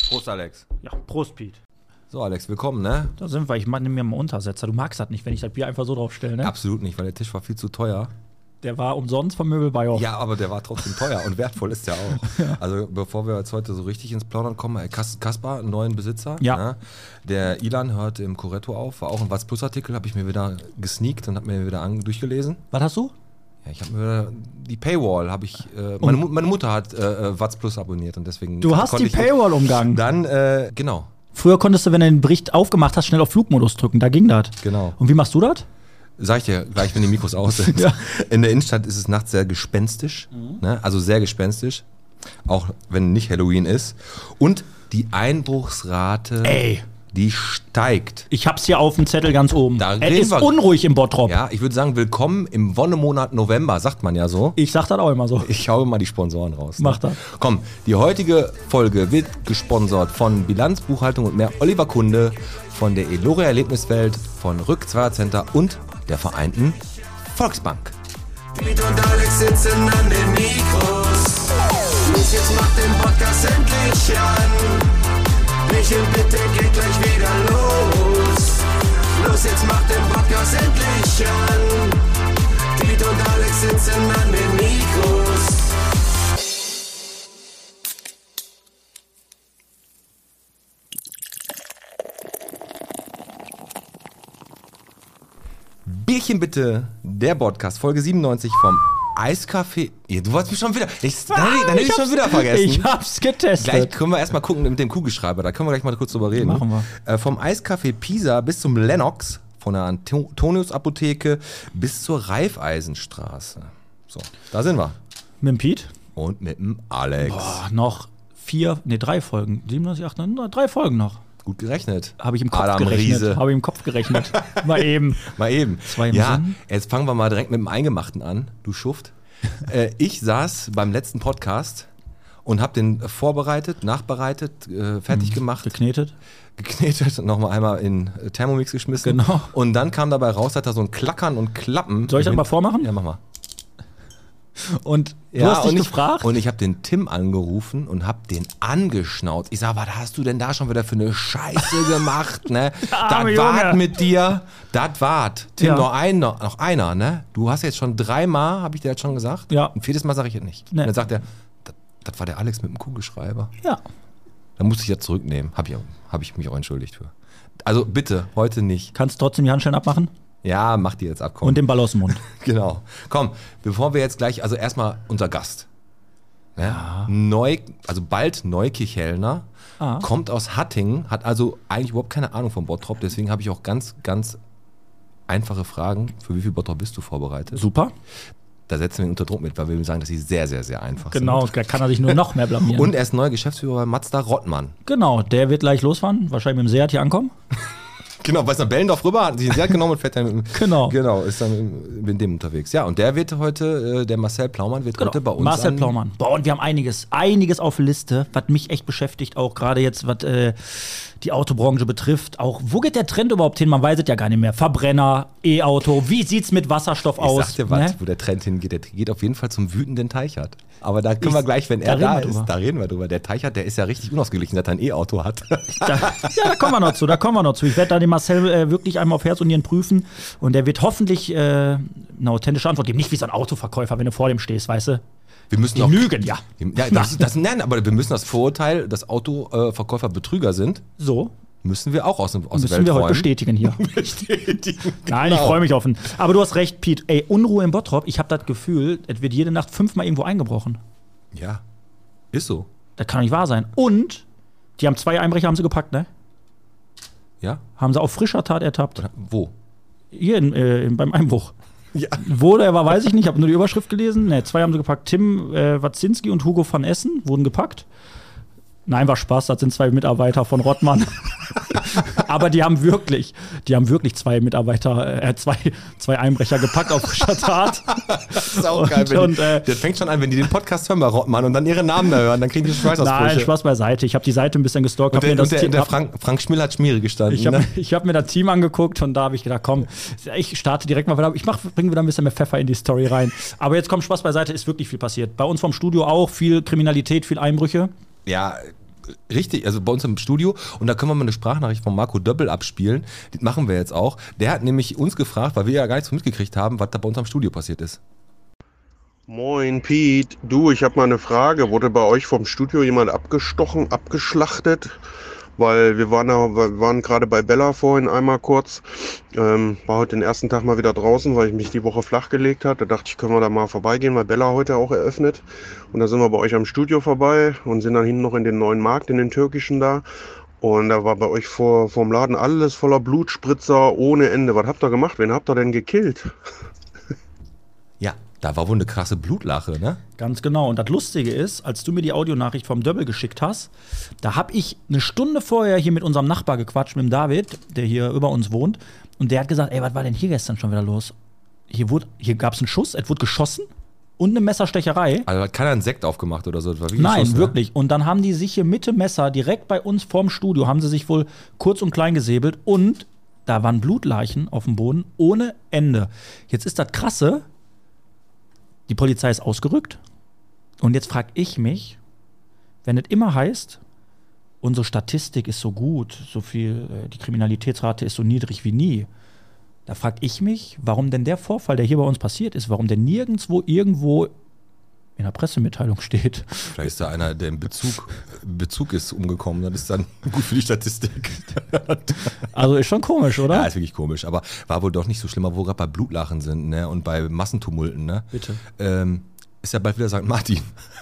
Prost, Alex. Ja, Prost, Pete. So, Alex, willkommen, ne? Da sind wir. Ich nehme mir mal einen Untersetzer. Du magst das nicht, wenn ich das Bier einfach so draufstelle, ne? Absolut nicht, weil der Tisch war viel zu teuer. Der war umsonst vom Möbelbauer. Ja, aber der war trotzdem teuer und wertvoll ist der auch. Ja. Also, bevor wir jetzt heute so richtig ins Plaudern kommen, Kaspar, einen neuen Besitzer. Ja. Ne? Der Ilan hört im Corretto auf, war auch ein Was-Plus-Artikel, habe ich mir wieder gesneakt und habe mir wieder durchgelesen. Was hast du? Ja, ich habe mir die Paywall, habe ich, meine Mutter hat Watz Plus abonniert und deswegen. Du hast die Paywall umgangen. Dann, genau. Früher konntest du, wenn du den Bericht aufgemacht hast, schnell auf Flugmodus drücken. Da ging das. Genau. Und wie machst du das? Sag ich dir gleich, wenn die Mikros aus sind. Ja. In der Innenstadt ist es nachts sehr gespenstisch. Ne? Also sehr gespenstisch. Auch wenn nicht Halloween ist. Und die Einbruchsrate, die steigt. Ich hab's hier auf dem Zettel ganz oben. Da Es reden ist wir- unruhig im Bottrop. Ja, ich würde sagen, willkommen im Wonnemonat November, sagt man ja so. Ich sag das auch immer so. Ich hau mal die Sponsoren raus. Mach das. Komm, die heutige Folge wird gesponsert von Bilanz, Buchhaltung und mehr Oliver Kunde, von der Eloria Erlebniswelt, von Rück Zweier Center und der Vereinten Volksbank. Piet und Alex sitzen an den Mikros. Los, jetzt macht den Podcast endlich an. Michel, bitte geht gleich wieder los. Los, jetzt macht den Podcast endlich an. Piet und Alex sitzen an den Mikros. Bierchen bitte, der Podcast, Folge 97 vom Eiscafé. Ja, du wolltest mich schon wieder. Dann hätte ich schon wieder vergessen. Ich hab's getestet. Gleich können wir erstmal gucken mit dem Kugelschreiber, da können wir gleich mal kurz drüber reden. Machen wir. Vom Eiscafé Pisa bis zum Lennox, von der Antonius-Apotheke bis zur Raiffeisenstraße. So, da sind wir. Mit dem Pete? Und mit dem Alex. Noch 3 Folgen. 37, 38, 3 Folgen noch. Gut gerechnet. Habe ich im Kopf Adam gerechnet. Riese. Habe ich im Kopf gerechnet. Mal eben. Mal eben. 2 im Ja, Sinn. jetzt fangen wir mal direkt mit dem Eingemachten an, du Schuft. Ich saß beim letzten Podcast und habe den vorbereitet, nachbereitet, fertig gemacht, Geknetet. geknetet, nochmal einmal in Thermomix geschmissen. Genau. Und dann kam dabei raus, dass da so ein Klackern und Klappen. Soll ich das mal vormachen? Ja, mach mal. Und du Ja, hast dich und gefragt? Und ich habe den Tim angerufen und habe den angeschnauzt. Ich sag, was hast du denn da schon wieder für eine Scheiße gemacht, ne? arme Das wart Junge. mit dir, das wart. Tim, Ja. noch einer, ne? Du hast jetzt schon 3-mal, habe ich dir jetzt schon gesagt. Ja. Ein 4. Mal sage ich jetzt nicht. Nee. Und dann sagt er, das war der Alex mit dem Kugelschreiber. Ja. Dann musste ich jetzt zurücknehmen. Hab ich mich auch entschuldigt für. Also bitte, heute nicht. Kannst trotzdem die Handschellen abmachen? Ja, mach die jetzt ab, komm. Und den Ball aus dem Mund. Genau. Komm, bevor wir jetzt gleich, also erstmal unser Gast. Ja. Also bald Neukirchhellner, kommt aus Hattingen, hat also eigentlich überhaupt keine Ahnung vom Bottrop, deswegen habe ich auch ganz, ganz einfache Fragen. Für wie viel Bottrop bist du vorbereitet? Super. Da setzen wir ihn unter Druck mit, weil wir sagen, dass sie sehr, sehr, sehr einfach Genau, da kann er sich nur noch mehr blamieren. sind. Und er ist neuer Geschäftsführer bei Mazda Rottmann. Genau, der wird gleich losfahren, wahrscheinlich mit dem Seat hier ankommen. Genau, weiß nach Bellendorf rüber, hat sich ein Seat genommen und fährt dann mit dem, Genau. Genau, ist dann mit dem unterwegs. Ja, und der wird heute, der Marcel Plaumann wird heute bei uns Marcel Plaumann. Boah, und wir haben einiges auf der Liste, was mich echt beschäftigt, auch gerade jetzt, was die Autobranche betrifft. Auch, wo geht der Trend überhaupt hin? Man weiß es ja gar nicht mehr. Verbrenner, E-Auto, wie sieht's mit Wasserstoff aus? Ich sag dir was, Ne? wo der Trend hingeht. Der geht auf jeden Fall zum wütenden Teichert. Aber da können wir gleich, wenn er da ist, da reden wir drüber. Der Teichert, der ist ja richtig unausgeglichen, dass er ein E-Auto hat. Da kommen wir noch zu. Ich werde da den Marcel wirklich einmal auf Herz und Nieren prüfen und der wird hoffentlich eine authentische Antwort geben. Nicht wie so ein Autoverkäufer, wenn du vor dem stehst, weißt du? Wir müssen Die auch, lügen, ja. Nein, aber wir müssen das Vorurteil, dass Autoverkäufer Betrüger sind, So, müssen wir auch aus der müssen Welt wir heute räumen. bestätigen hier. Bestätigen. Nein, ich Genau. freue mich auf ihn. Aber du hast recht, Pete. Ey, Unruhe im Bottrop. Ich habe das Gefühl, es wird jede Nacht 5-mal irgendwo eingebrochen. Ja, ist so. Das kann nicht wahr sein. Und die haben 2 Einbrecher haben sie gepackt, ne? Ja? Haben sie auf frischer Tat ertappt. Oder wo? Hier beim Einbruch. Ja. Wo der war, weiß ich nicht. Ich habe nur die Überschrift gelesen. Ne, 2 haben sie gepackt. Tim Wazinski und Hugo van Essen wurden gepackt. Nein, war Spaß. Das sind 2 Mitarbeiter von Rottmann. Aber die haben wirklich 2 Mitarbeiter, zwei Einbrecher gepackt auf frischer Tat. Das ist auch geil. Das fängt schon an, wenn die den Podcast hören bei Rottmann und dann ihre Namen da hören, dann kriegen die Schweißausbrüche. Nein, Spaß beiseite. Ich habe die Seite ein bisschen gestalkt. Und der Frank Schmill hat Schmiere gestanden. Ich hab mir das Team angeguckt und da habe ich gedacht, komm, ich starte direkt mal wieder. Bringe wieder ein bisschen mehr Pfeffer in die Story rein. Aber jetzt kommt Spaß beiseite, ist wirklich viel passiert. Bei uns vom Studio auch viel Kriminalität, viel Einbrüche. Ja, richtig, also bei uns im Studio. Und da können wir mal eine Sprachnachricht von Marco Döbbel abspielen. Die machen wir jetzt auch. Der hat nämlich uns gefragt, weil wir ja gar nichts mitgekriegt haben, was da bei uns am Studio passiert ist. Moin Piet, du, ich habe mal eine Frage. Wurde bei euch vom Studio jemand abgestochen, abgeschlachtet? Weil wir waren gerade bei Bella vorhin einmal kurz. War heute den ersten Tag mal wieder draußen, weil ich mich die Woche flach gelegt habe. Da dachte ich, können wir da mal vorbeigehen, weil Bella heute auch eröffnet. Und da sind wir bei euch am Studio vorbei und sind dann hinten noch in den neuen Markt, in den türkischen da. Und da war bei euch vorm Laden alles voller Blutspritzer ohne Ende. Was habt ihr gemacht? Wen habt ihr denn gekillt? Ja, da war wohl eine krasse Blutlache, ne? Ganz genau. Und das Lustige ist, als du mir die Audionachricht vom Döbbel geschickt hast, da habe ich eine Stunde vorher hier mit unserem Nachbar gequatscht, mit dem David, der hier über uns wohnt. Und der hat gesagt, ey, was war denn hier gestern schon wieder los? Hier gab es einen Schuss, es wurde geschossen und eine Messerstecherei. Also hat keiner einen Sekt aufgemacht oder so? Das war wie Nein, Schuss, ne? wirklich. Und dann haben die sich hier mit dem Messer direkt bei uns vorm Studio, haben sie sich wohl kurz und klein gesäbelt. Und da waren Blutleichen auf dem Boden ohne Ende. Jetzt ist das Krasse, die Polizei ist ausgerückt. Und jetzt frage ich mich, wenn es immer heißt, unsere Statistik ist so gut, so viel, die Kriminalitätsrate ist so niedrig wie nie. Da frage ich mich, warum denn der Vorfall, der hier bei uns passiert ist, warum der nirgendwo irgendwo in der Pressemitteilung steht. Vielleicht ist da einer, der im Bezug ist, umgekommen. Das ist dann gut für die Statistik. Also ist schon komisch, oder? Ja, ist wirklich komisch. Aber war wohl doch nicht so schlimm, wo wir gerade bei Blutlachen sind, ne? Und bei Massentumulten, ne? Bitte. Ist ja bald wieder St. Martin.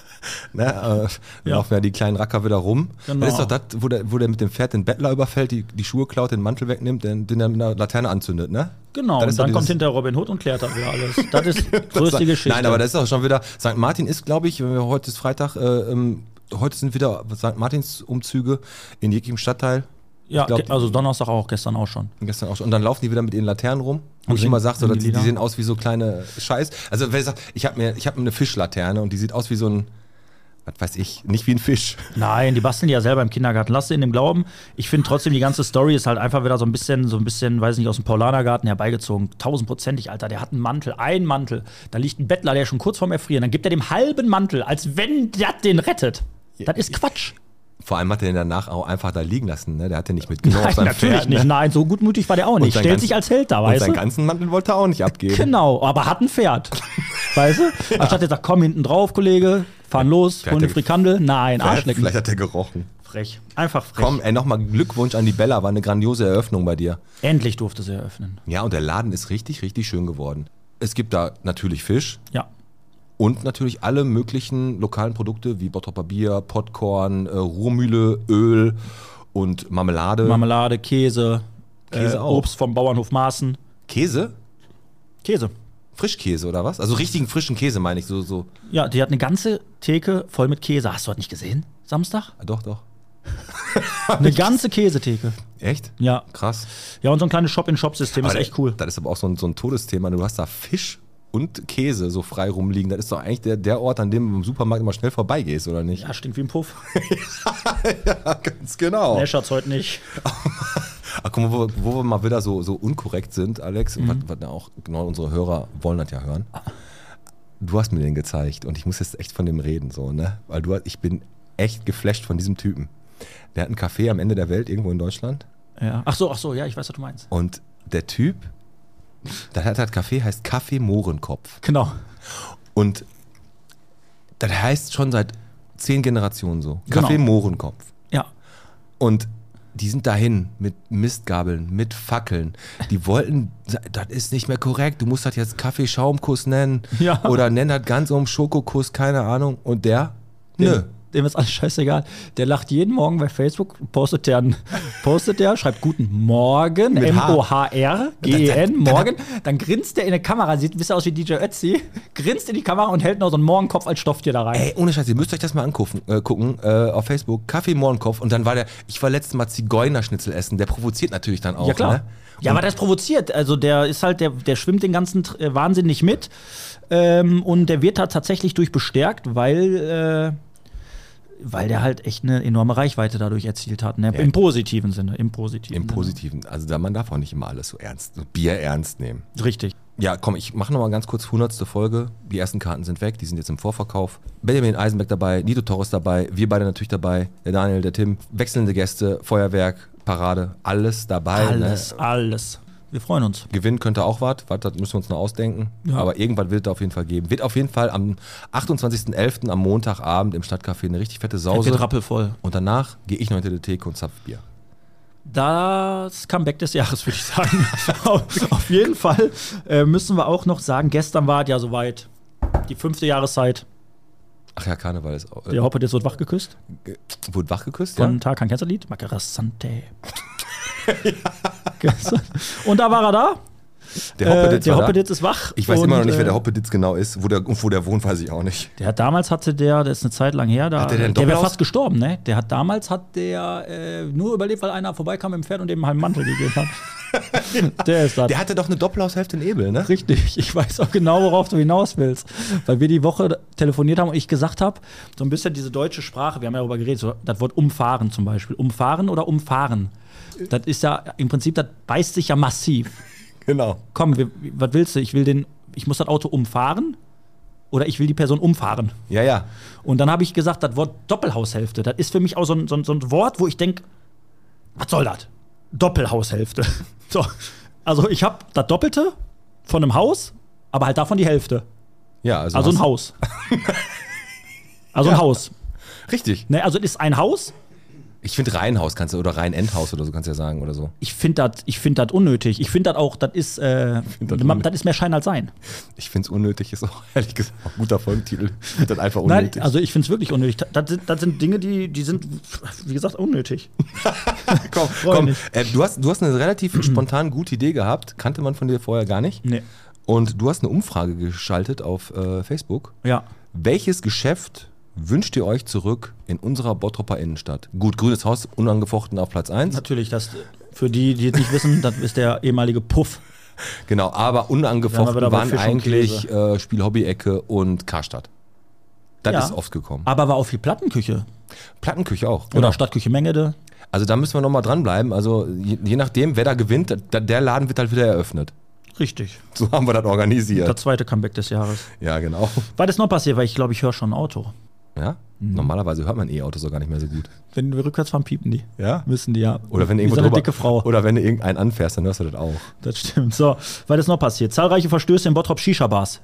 Ne, Ja. laufen ja die kleinen Racker wieder rum. Genau. Das ist doch das, wo der mit dem Pferd den Bettler überfällt, die Schuhe klaut, den Mantel wegnimmt, den er mit einer Laterne anzündet, ne? Genau, Das und ist doch dann kommt dieses- hinter Robin Hood und klärt das wieder alles. Das ist größte Geschichte. Nein, aber das ist doch schon wieder, St. Martin ist, glaube ich, wenn wir heute ist Freitag, heute sind wieder St. Martins Umzüge in jeglichem Stadtteil. Ja, Ich glaub, also Donnerstag auch, gestern auch schon. Gestern auch schon. Und dann laufen die wieder mit ihren Laternen rum. Wo Und ich immer sage, so, singen dass die die Lieder? sehen aus wie so kleine Scheiß. Also wer sagt, ich hab mir eine Fischlaterne und die sieht aus wie so ein, was weiß ich, nicht wie ein Fisch. Nein, die basteln die ja selber im Kindergarten. Lass sie in dem Glauben. Ich finde trotzdem, die ganze Story ist halt einfach wieder so ein bisschen, weiß nicht, aus dem Paulanergarten herbeigezogen. 1000%ig, Alter. Der hat einen Mantel. Da liegt ein Bettler, der ist schon kurz vorm Erfrieren. Dann gibt er dem halben Mantel, als wenn das den rettet. Das ist Quatsch. Vor allem hat er den danach auch einfach da liegen lassen. Ne? Der hat den nicht mitgenommen Nein, auf sein natürlich Pferd, nicht. Ne? Nein, so gutmütig war der auch nicht. sein Stellt ganz- sich als Held da, Und weißt seinen du? ganzen Mantel wollte er auch nicht abgeben. Genau, aber hat ein Pferd. Weißt du? Anstatt jetzt sagt, komm hinten drauf, Kollege, fahren los, Vielleicht holen eine hat er- Frikandel. Nein, Arschlecken. Vielleicht hat er gerochen. Frech. Einfach frech. Komm, nochmal Glückwunsch an die Bella. War eine grandiose Eröffnung bei dir. Endlich durfte sie eröffnen. Ja, und der Laden ist richtig, richtig schön geworden. Es gibt da natürlich Fisch. Ja. Und natürlich alle möglichen lokalen Produkte wie Bottroper Bier, Popcorn, Ruhrmühle, Öl und Marmelade. Marmelade, Käse, Käse auch. Obst vom Bauernhof Maaßen. Käse? Käse. Frischkäse oder was? Also richtigen frischen Käse meine ich. So. Ja, die hat eine ganze Theke voll mit Käse. Hast du das nicht gesehen? Samstag? Ah, doch. Eine ganze Käsetheke. Echt? Ja. Krass. Ja, und so ein kleines Shop-in-Shop-System ist Aber echt cool. Das ist aber auch so ein Todesthema. Du hast da Fisch und Käse so frei rumliegen. Das ist doch eigentlich der Ort, an dem du im Supermarkt immer schnell vorbeigehst, oder nicht? Ja, stinkt wie ein Puff. Ja, ganz genau. Nee, Schatz, heute nicht. Ach, guck mal, wo wir mal wieder so unkorrekt sind, Alex, was auch genau unsere Hörer wollen das ja hören. Du hast mir den gezeigt und ich muss jetzt echt von dem reden, so, ne? Weil ich bin echt geflasht von diesem Typen. Der hat ein Café am Ende der Welt irgendwo in Deutschland Ja. Ach so, ja, ich weiß, was du meinst. und der Typ, das Café heißt Café Mohrenkopf. Genau. Und das heißt schon seit 10 Generationen so. Genau. Café Mohrenkopf. Ja. Und die sind dahin mit Mistgabeln, mit Fackeln. Die wollten, das ist nicht mehr korrekt, du musst das jetzt Kaffeeschaumkuss nennen. Ja. Oder nenn das ganz um Schokokuss, keine Ahnung. Und der? Nö. Dem ist alles scheißegal. Der lacht jeden Morgen bei Facebook, postet der, schreibt Guten Morgen, Mit H. M-O-H-R-G-E-N, Morgen. Dann grinst der in der Kamera, sieht ein bisschen aus wie DJ Ötzi, grinst in die Kamera und hält noch so einen Mohrenkopf als Stofftier da rein. Ey, ohne Scheiß, ihr müsst euch das mal angucken, auf Facebook. Kaffee Mohrenkopf. Und dann ich war letztes Mal Zigeunerschnitzel essen. Der provoziert natürlich dann auch, Ja, klar. ne? Ja, aber das ist provoziert. Also der ist halt, der schwimmt den ganzen Wahnsinn nicht mit. Und der wird da tatsächlich durch bestärkt, weil der halt echt eine enorme Reichweite dadurch erzielt hat. Ne? Ja. Im positiven Sinne. Im Positiven. Also man darf auch nicht immer alles so Bier ernst nehmen. Richtig. Ja, komm, ich mache nochmal ganz kurz 100. Folge. Die ersten Karten sind weg, die sind jetzt im Vorverkauf. Benjamin Eisenberg dabei, Nito Torres dabei, wir beide natürlich dabei, der Daniel, der Tim, wechselnde Gäste, Feuerwerk, Parade, alles dabei. Alles. Wir freuen uns. Gewinnen könnte auch was, das müssen wir uns noch ausdenken. Ja. Aber irgendwas wird es auf jeden Fall geben. Wird auf jeden Fall am 28.11. am Montagabend im Stadtcafé eine richtig fette Sauce. Wird rappelvoll. Und danach gehe ich noch hinter die Theke und zapf Bier. Das Comeback des Jahres, würde ich sagen. Auf jeden Fall müssen wir auch noch sagen, gestern war es ja soweit. Die 5. Jahreszeit. Ach ja, Karneval ist auch. Der Hoppeditz wird wach geküsst. Wurde wach geküsst, Von Tarkan kennst du das Lied? Macerassante. Und da war er da. Der Hoppeditz ist wach. Ich weiß immer noch nicht, wer der Hoppeditz genau ist. Wo der wohnt, weiß ich auch nicht. Damals hatte der ist eine Zeit lang her, der wäre fast gestorben, ne? Damals hat der nur überlebt, weil einer vorbeikam mit dem Pferd und dem einen halben Mantel gegeben hat. Der ist das. Der hatte doch eine Doppelhaushälfte in Ebel, ne? Richtig, ich weiß auch genau, worauf du hinaus willst. Weil wir die Woche telefoniert haben und ich gesagt habe, so ein bisschen diese deutsche Sprache, wir haben ja darüber geredet, so das Wort umfahren zum Beispiel. Umfahren oder umfahren. Das ist ja im Prinzip, das beißt sich ja massiv. Genau. Komm, was willst du? Ich muss das Auto umfahren oder ich will die Person umfahren. Ja, ja. Und dann habe ich gesagt, das Wort Doppelhaushälfte, das ist für mich auch so ein Wort, wo ich denke, was soll das? Doppelhaushälfte. So. Also ich habe das Doppelte von einem Haus, aber halt davon die Hälfte. Ja, also ein Haus. Also ein Haus. Richtig. Ne, also es ist ein Haus. Ich finde Reihenhaus kannst du, oder Reihenendhaus oder so kannst du ja sagen oder so. Ich finde das unnötig. Ich finde das auch, das ist mehr Schein als Sein. Ich finde es unnötig, ist auch ehrlich gesagt auch ein guter Folgentitel. Ich finde das einfach unnötig. Nein, also ich finde es wirklich unnötig. Das sind Dinge, die sind, wie gesagt, unnötig. komm. Du hast eine relativ spontan gute Idee gehabt. Kannte man von dir vorher gar nicht. Nee. Und du hast eine Umfrage geschaltet auf Facebook. Ja. Welches Geschäft wünscht ihr euch zurück in unserer Bottroper Innenstadt? Gut, Grünes Haus unangefochten auf Platz 1. Natürlich, das für die es nicht wissen, das ist der ehemalige Puff. Genau, aber unangefochten waren eigentlich Spiel-Hobby-Ecke und Karstadt. Das ist oft gekommen. Aber war auch viel Plattenküche. Plattenküche auch. Genau. Oder Stadtküche Mengede. Also da müssen wir nochmal dranbleiben. Also je nachdem, wer da gewinnt, der Laden wird halt wieder eröffnet. Richtig. So haben wir das organisiert. Das zweite Comeback des Jahres. Ja, genau. Was ist noch passiert? Weil ich glaube, ich höre schon ein Auto. Ja? Normalerweise hört man E-Autos auch gar nicht mehr so gut. Wenn wir rückwärts fahren, piepen die. Ja? Müssen die, ja. Oder wenn irgendwo eine dicke Frau. Oder wenn du irgendeinen anfährst, dann hörst du das auch. Das stimmt. So, was ist noch passiert? Zahlreiche Verstöße in Bottrop Shisha-Bars.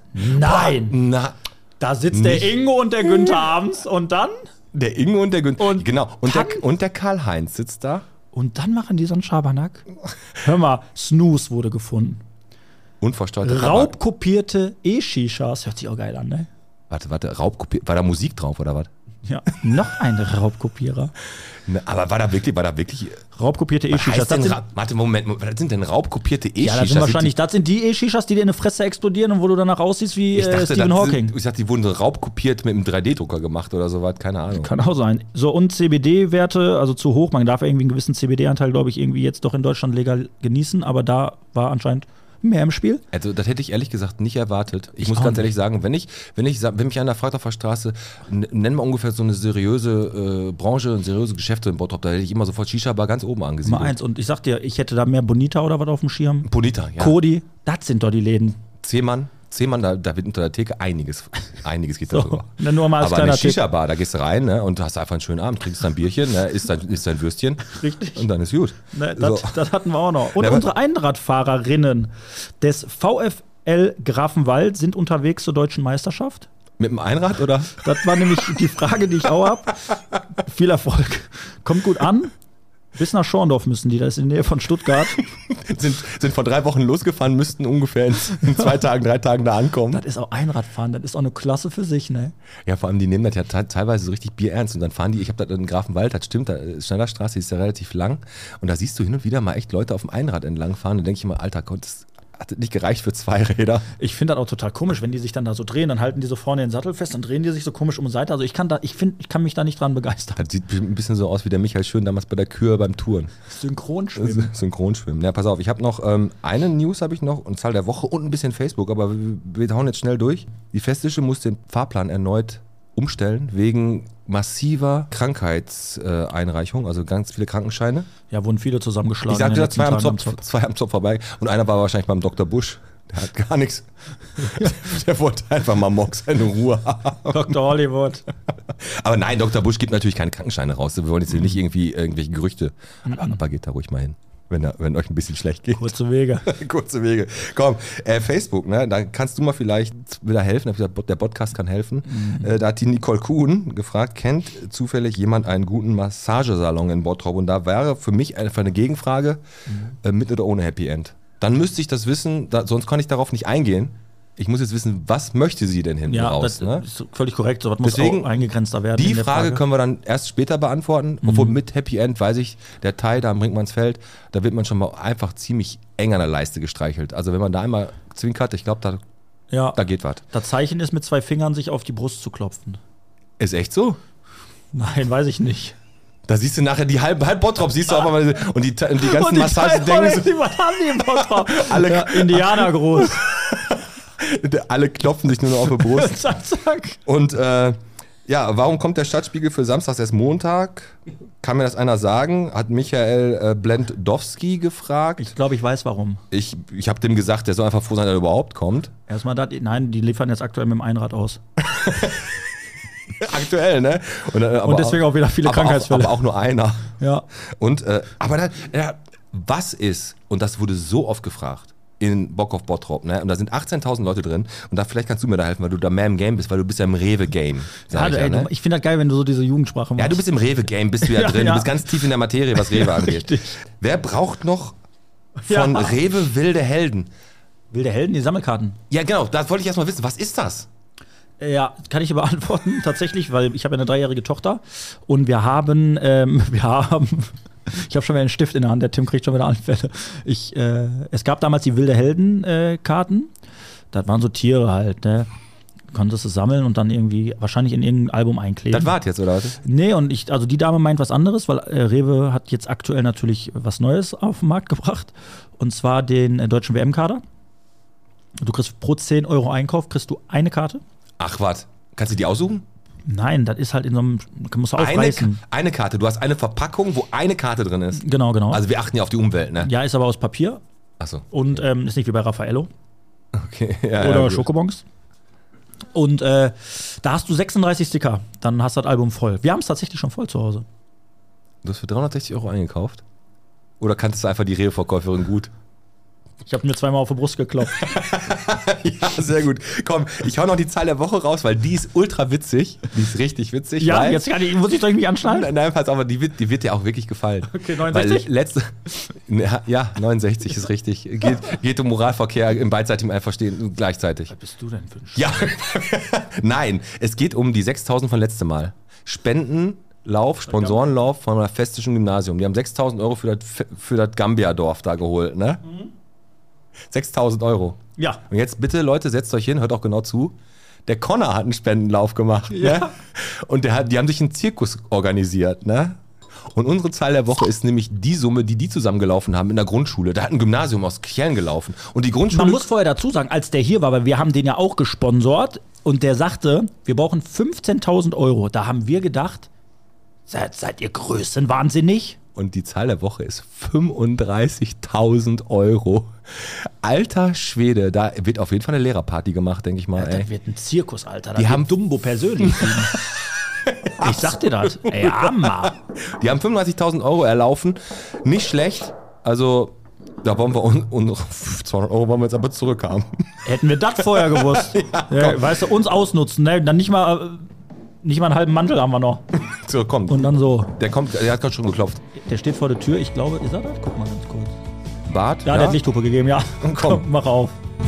Nein! Da sitzt der Ingo und der Günther abends und dann? Der Ingo und der Günther. Genau. Und der Karl-Heinz sitzt da. Und dann machen die so einen Schabernack. Hör mal, Snooze wurde gefunden. Unversteuerte Raubkopierte E-Shishas. Hört sich auch geil an, ne? Warte, raubkopiert. War da Musik drauf oder was? Ja, noch ein Raubkopierer. Ne, aber war da wirklich raubkopierte E-Shishas? Warte, Moment, was sind denn raubkopierte E-Shishas? Ja, das sind die E-Shishas, die dir in die Fresse explodieren und wo du danach aussiehst wie Stephen Hawking. Ich dachte, die wurden so raubkopiert mit einem 3D-Drucker gemacht oder sowas, keine Ahnung. Kann auch sein. So, und CBD-Werte, also zu hoch. Man darf irgendwie einen gewissen CBD-Anteil, glaube ich, irgendwie jetzt doch in Deutschland legal genießen, aber da war anscheinend mehr im Spiel. Also das hätte ich ehrlich gesagt nicht erwartet. Ich muss ganz ehrlich sagen, wenn mich einer fragt auf der Straße, nenn mal ungefähr so eine seriöse Branche, seriöse Geschäfte in Bottrop, da hätte ich immer sofort Shisha-Bar ganz oben angesiedelt. Mal eins, und ich sag dir, ich hätte da mehr Bonita oder was auf dem Schirm. Bonita, ja. Kodi, das sind doch die Läden. Zehmann, da wird unter der Theke einiges geht da drüber. Nur mal als aber eine Shisha-Bar, da gehst du rein, ne, und hast einfach einen schönen Abend, trinkst dein Bierchen, ne, isst dein Würstchen. Richtig. Und dann ist gut. Ne, das hatten wir auch noch. Und unsere Einradfahrerinnen des VfL Grafenwald sind unterwegs zur Deutschen Meisterschaft. Mit dem Einrad, oder? Das war nämlich die Frage, die ich auch habe. Viel Erfolg. Kommt gut an. Bis nach Schorndorf müssen die, das ist in der Nähe von Stuttgart. sind vor 3 Wochen losgefahren, müssten ungefähr in 2 Tagen, 3 Tagen da ankommen. Das ist auch Einradfahren, das ist auch eine Klasse für sich, ne? Ja, vor allem, die nehmen das ja teilweise so richtig bierernst und dann fahren die, ich habe das in Grafenwald, das stimmt, da ist Schnellerstraße, die ist ja relativ lang und da siehst du hin und wieder mal echt Leute auf dem Einrad entlang fahren und denke ich immer, Alter Gott, das hat nicht gereicht für 2 Räder. Ich finde das auch total komisch, wenn die sich dann da so drehen, dann halten die so vorne den Sattel fest, dann drehen die sich so komisch um die Seite. Also ich kann mich da nicht dran begeistern. Das sieht ein bisschen so aus wie der Michael Schön damals bei der Kür beim Touren. Synchronschwimmen. Ja, pass auf, ich habe noch eine News habe ich noch und Zahl der Woche und ein bisschen Facebook, aber wir hauen jetzt schnell durch. Die Festische muss den Fahrplan erneut umstellen wegen massiver Krankheitseinreichung, also ganz viele Krankenscheine. Ja, wurden viele zusammengeschlagen. Ich sagte, 2 am Zopf vorbei und einer war wahrscheinlich beim Dr. Busch. Der hat gar nichts. Der wollte einfach mal Mock seine Ruhe haben. Dr. Hollywood. Aber nein, Dr. Busch gibt natürlich keine Krankenscheine raus. Wir wollen jetzt hier nicht irgendwie irgendwelche Gerüchte. Aber geht da ruhig mal hin, wenn euch ein bisschen schlecht geht. Kurze Wege. Kurze Wege. Komm, Facebook, ne? Da kannst du mal vielleicht wieder helfen. Der Podcast kann helfen. Da hat die Nicole Kuhn gefragt, kennt zufällig jemand einen guten Massagesalon in Bottrop? Und da wäre für mich einfach eine Gegenfrage, mit oder ohne Happy End. Dann müsste ich das wissen, sonst kann ich darauf nicht eingehen. Ich muss jetzt wissen, was möchte sie denn hinten raus? Das ne? ist völlig korrekt. So was muss Deswegen, auch eingegrenzter werden. Die Frage können wir dann erst später beantworten. Obwohl mit Happy End weiß ich, der Teil da am Brinkmannsfeld, da wird man schon mal einfach ziemlich eng an der Leiste gestreichelt. Also wenn man da einmal zwinkert, ich glaube, da geht was. Das Zeichen ist, mit 2 Fingern sich auf die Brust zu klopfen. Ist echt so? Nein, weiß ich nicht. Da siehst du nachher die halb Bottrop, siehst du auch mal, und die ganzen Massagen denken so, was haben die im Bottrop? alle Indianer groß. Alle klopfen sich nur noch auf die Brust. Zack, zack. Und warum kommt der Stadtspiegel für Samstags erst Montag? Kann mir das einer sagen? Hat Michael Blendowski gefragt. Ich glaube, ich weiß warum. Ich habe dem gesagt, der soll einfach froh sein, dass er überhaupt kommt. Erstmal nein, die liefern jetzt aktuell mit dem Einrad aus. Aktuell, ne? Und deswegen auch wieder viele Krankheitsfälle. Aber auch nur einer. Ja. Und, was ist, und das wurde so oft gefragt, in Bock auf Bottrop, ne? Und da sind 18.000 Leute drin. Und da vielleicht kannst du mir da helfen, weil du da mehr im Game bist, weil du bist ja im Rewe-Game. Ne? Ich finde das geil, wenn du so diese Jugendsprache machst. Ja, du bist im Rewe-Game, bist du ja drin. Du bist ganz tief in der Materie, was Rewe angeht. Richtig. Wer braucht noch von Rewe wilde Helden? Wilde Helden, die Sammelkarten. Ja, genau, das wollte ich erstmal wissen. Was ist das? Ja, kann ich beantworten, tatsächlich, weil ich habe ja eine 3-jährige Tochter und ich habe schon wieder einen Stift in der Hand, der Tim kriegt schon wieder Anfälle. Es gab damals die wilde Helden-Karten, das waren so Tiere halt, ne? Konntest du sammeln und dann irgendwie wahrscheinlich in irgendein Album einkleben. Das war's jetzt, oder was? Nee, und also die Dame meint was anderes, weil Rewe hat jetzt aktuell natürlich was Neues auf den Markt gebracht, und zwar den deutschen WM-Kader. Du kriegst pro 10 Euro Einkauf, kriegst du eine Karte. Ach, was? Kannst du die aussuchen? Nein, das ist halt in so einem, musst du aufreißen. Eine Karte, du hast eine Verpackung, wo eine Karte drin ist. Genau. Also wir achten ja auf die Umwelt, ne? Ja, ist aber aus Papier. Ach so. Und ist nicht wie bei Raffaello. Okay. Oder Schokobons. Und da hast du 36 Sticker, dann hast du das Album voll. Wir haben es tatsächlich schon voll zu Hause. Du hast für 360 Euro eingekauft? Oder kanntest du einfach die Rewe-Verkäuferin gut? Ich habe mir 2-mal auf die Brust geklopft. Ja, sehr gut. Komm, ich hau noch die Zahl der Woche raus, weil die ist ultra witzig. Die ist richtig witzig. Ja, jetzt muss ich doch irgendwie anschnallen? Nein, pass auf, die wird dir auch wirklich gefallen. Okay, 69? Ja, 69 ist richtig. Geht um Moralverkehr im beidseitigen Einverstehen gleichzeitig. Was bist du denn für ein Ja, nein, es geht um die 6.000 von letztem Mal. Spendenlauf, Sponsorenlauf von einem festischen Gymnasium. Die haben 6.000 Euro für das Gambia-Dorf da geholt, ne? 6.000 Euro. Ja. Und jetzt bitte, Leute, setzt euch hin, hört auch genau zu. Der Connor hat einen Spendenlauf gemacht. Ja. Ne? Und die haben sich einen Zirkus organisiert. Ne? Und unsere Zahl der Woche ist nämlich die Summe, die zusammengelaufen haben in der Grundschule. Da hat ein Gymnasium aus Kieln gelaufen. Und die Grundschule. Man muss vorher dazu sagen, als der hier war, weil wir haben den ja auch gesponsort und der sagte, wir brauchen 15.000 Euro. Da haben wir gedacht, seid ihr größenwahnsinnig? Und die Zahl der Woche ist 35.000 Euro. Alter Schwede, da wird auf jeden Fall eine Lehrerparty gemacht, denke ich mal. Ja, das wird ein Zirkus, Alter. Die haben Dumbo persönlich. Ich sag dir das. Ey, Hammer. Die haben 35.000 Euro erlaufen. Nicht schlecht. Also, da wollen wir unsere 200 Euro wollen wir jetzt aber zurückhaben. Hätten wir das vorher gewusst. Ja, weißt du, uns ausnutzen. Ne? Dann nicht mal einen halben Mantel haben wir noch. So, kommt. Und dann so. Der hat gerade schon geklopft. Der steht vor der Tür. Ich glaube, ist er das? Guck mal ganz kurz. Bart? Ja, der hat Lichthupe gegeben, ja. Komm, mach auf.